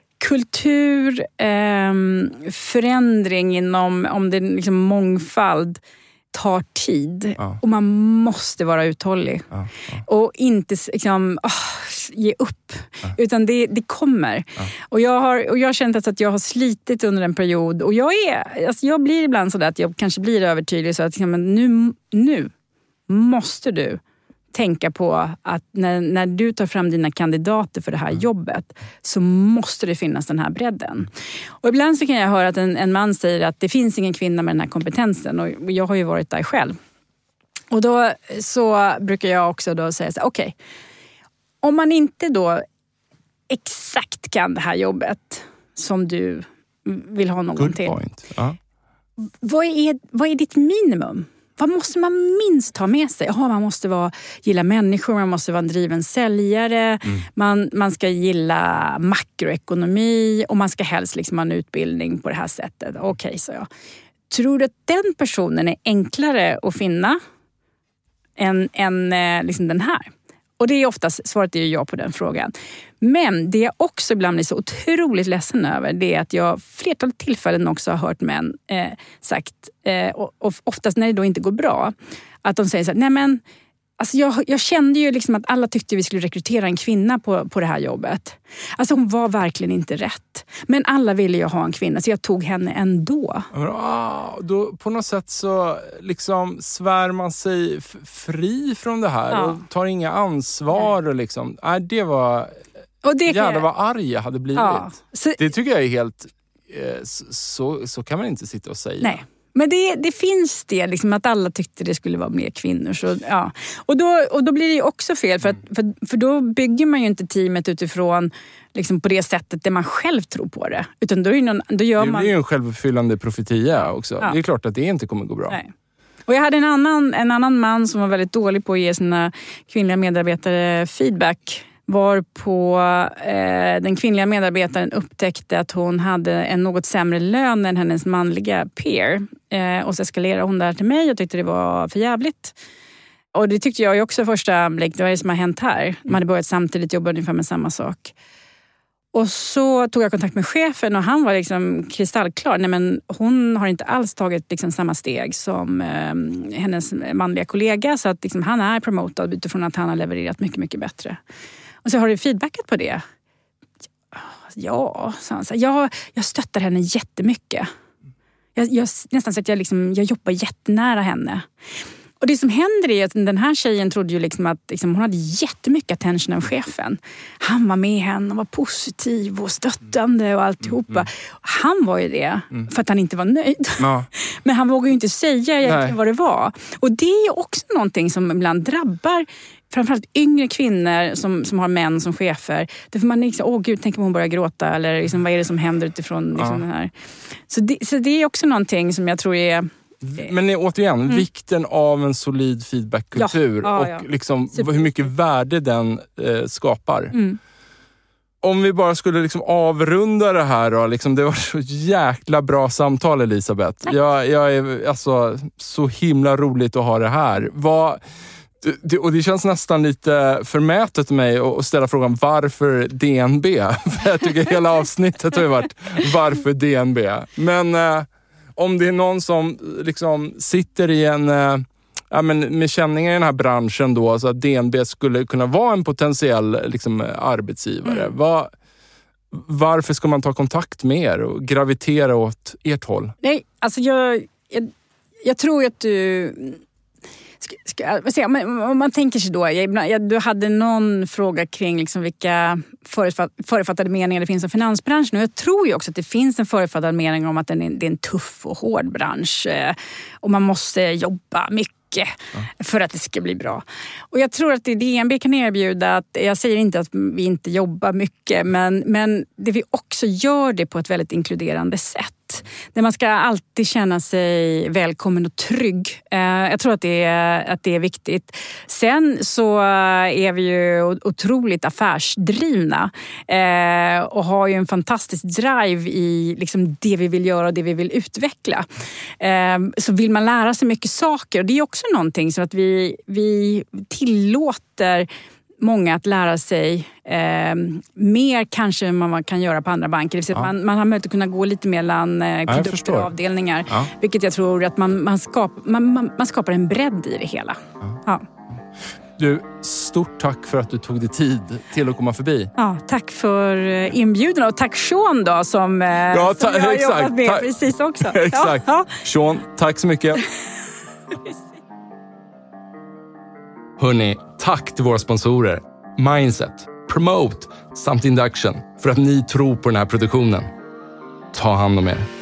kultur, eh, förändring inom om det är liksom mångfald tar tid ja. Och man måste vara uthållig ja, ja. Och inte liksom, oh, ge upp ja. Utan det, det kommer ja. och, jag har, och jag har känt att jag har slitit under en period och jag, är, alltså jag blir ibland sådär att jag kanske blir övertydlig så att ja, men nu, nu måste du tänka på att när, när du tar fram dina kandidater för det här jobbet så måste det finnas den här bredden. Och ibland så kan jag höra att en, en man säger att det finns ingen kvinna med den här kompetensen och jag har ju varit där själv. Och då så brukar jag också då säga så här, okej, okay, om man inte då exakt kan det här jobbet som du vill ha någon Good till. Point. Uh. Vad är, vad är ditt minimum? Vad måste man minst ha med sig? Ja, man måste vara, gilla människor, man måste vara en driven säljare. Mm. Man, man ska gilla makroekonomi och man ska helst liksom ha en utbildning på det här sättet. Okej, okay, så jag. Tror du att den personen är enklare att finna än, än liksom den här? Och det är oftast, svaret är ju ja på den frågan. Men det jag också ibland blir så otroligt ledsen över, det är att jag flertal tillfällen också har hört män eh, sagt, eh, och, och oftast när det då inte går bra, att de säger så här, nej men, alltså jag, jag kände ju liksom att alla tyckte vi skulle rekrytera en kvinna på, på det här jobbet. Alltså hon var verkligen inte rätt. Men alla ville ju ha en kvinna, så jag tog henne ändå. Ja, då, på något sätt så liksom svär man sig f- fri från det här ja. Och tar inga ansvar. Och liksom, nej, det var Och det jävlar jag... vad arg jag hade blivit. Ja, så... Det tycker jag är helt... Eh, så, så kan man inte sitta och säga. Nej. Men det, det finns det, liksom, att alla tyckte det skulle vara mer kvinnor. Så, ja. och, då, och då blir det ju också fel, för, att, för, för då bygger man ju inte teamet utifrån liksom, på det sättet där man själv tror på det. Utan då, är det, någon, då gör det man... blir ju en självuppfyllande profetia också. Ja. Det är klart att det inte kommer gå bra. Nej. Och jag hade en annan, en annan man som var väldigt dålig på att ge sina kvinnliga medarbetare feedback. Var på eh, den kvinnliga medarbetaren upptäckte att hon hade en något sämre lön än hennes manliga peer. Eh, och så eskalerade hon där till mig och tyckte det var för jävligt. Och det tyckte jag ju också första blick. Det var det som har hänt här. De hade börjat samtidigt, jobba ungefär med samma sak. Och så tog jag kontakt med chefen och han var liksom kristallklar. Nej, men hon har inte alls tagit liksom samma steg som eh, hennes manliga kollega. Så att liksom, han är promotad utifrån att han har levererat mycket, mycket bättre. Och så har du feedbacket på det. Ja, sa han. Jag, jag stöttar henne jättemycket. Jag, jag, nästan så att jag, liksom, jag jobbar jättenära henne. Och det som händer är att den här tjejen trodde ju liksom att liksom, hon hade jättemycket attention av chefen. Han var med henne och var positiv och stöttande och alltihopa. Mm, mm. Han var ju det mm. för att han inte var nöjd. Ja. Men han vågade ju inte säga egentligen vad det var. Och det är ju också någonting som ibland drabbar framförallt yngre kvinnor som, som har män som chefer. Därför man liksom, åh gud, tänker hon börja gråta? Eller liksom, vad är det som händer utifrån liksom, ja. det här? Så det, så det är också någonting som jag tror är... Men återigen, mm. vikten av en solid feedbackkultur ja, ja, ja. och liksom hur mycket värde den eh, skapar. Mm. Om vi bara skulle liksom avrunda det här då, liksom, det var så jäkla bra samtal, Elisabeth. Jag, jag är alltså så himla roligt att ha det här. Vad, det, och det känns nästan lite förmätet mig att ställa frågan varför D N B? För jag tycker hela avsnittet har ju varit varför D N B? Men... Eh, om det är någon som liksom sitter i en, äh, ja, men med känningar i den här branschen då, så att D N B skulle kunna vara en potentiell liksom, arbetsgivare. Mm. Var, varför ska man ta kontakt med er och gravitera åt ert håll? Nej, alltså jag, jag, jag tror att du... Ska, ska, se, om, om man tänker sig då, jag, jag, du hade någon fråga kring liksom vilka förutfatt, förutfattade meningar det finns om finansbranschen. Och jag tror ju också att det finns en förutfattad mening om att det är en, det är en tuff och hård bransch. Eh, och man måste jobba mycket ja. för att det ska bli bra. Och jag tror att det D N B kan erbjuda, att, jag säger inte att vi inte jobbar mycket, men, men det vi också gör det på ett väldigt inkluderande sätt. Där man ska alltid känna sig välkommen och trygg. Jag tror att det är, att det är viktigt. Sen så är vi ju otroligt affärsdrivna och har ju en fantastisk drive i liksom det vi vill göra och det vi vill utveckla. Så vill man lära sig mycket saker, och det är också någonting så att vi, vi tillåter många att lära sig eh, mer kanske än man kan göra på andra banker. Det vill säga ja. att man, man har möjlighet att kunna gå lite mellan eh, produkter och avdelningar. Ja. Vilket jag tror att man, man, skap, man, man, man skapar en bredd i det hela. Ja. Ja. Du, stort tack för att du tog dig tid till att komma förbi. Ja, tack för inbjudan och tack Sean då som, eh, ja, ta- som jag har exakt. jobbat med Ta- precis också. Exakt. Ja. Sean, tack så mycket. Hörrni, tack till våra sponsorer Mindset, Promote samt Induction för att ni tror på den här produktionen. Ta hand om er.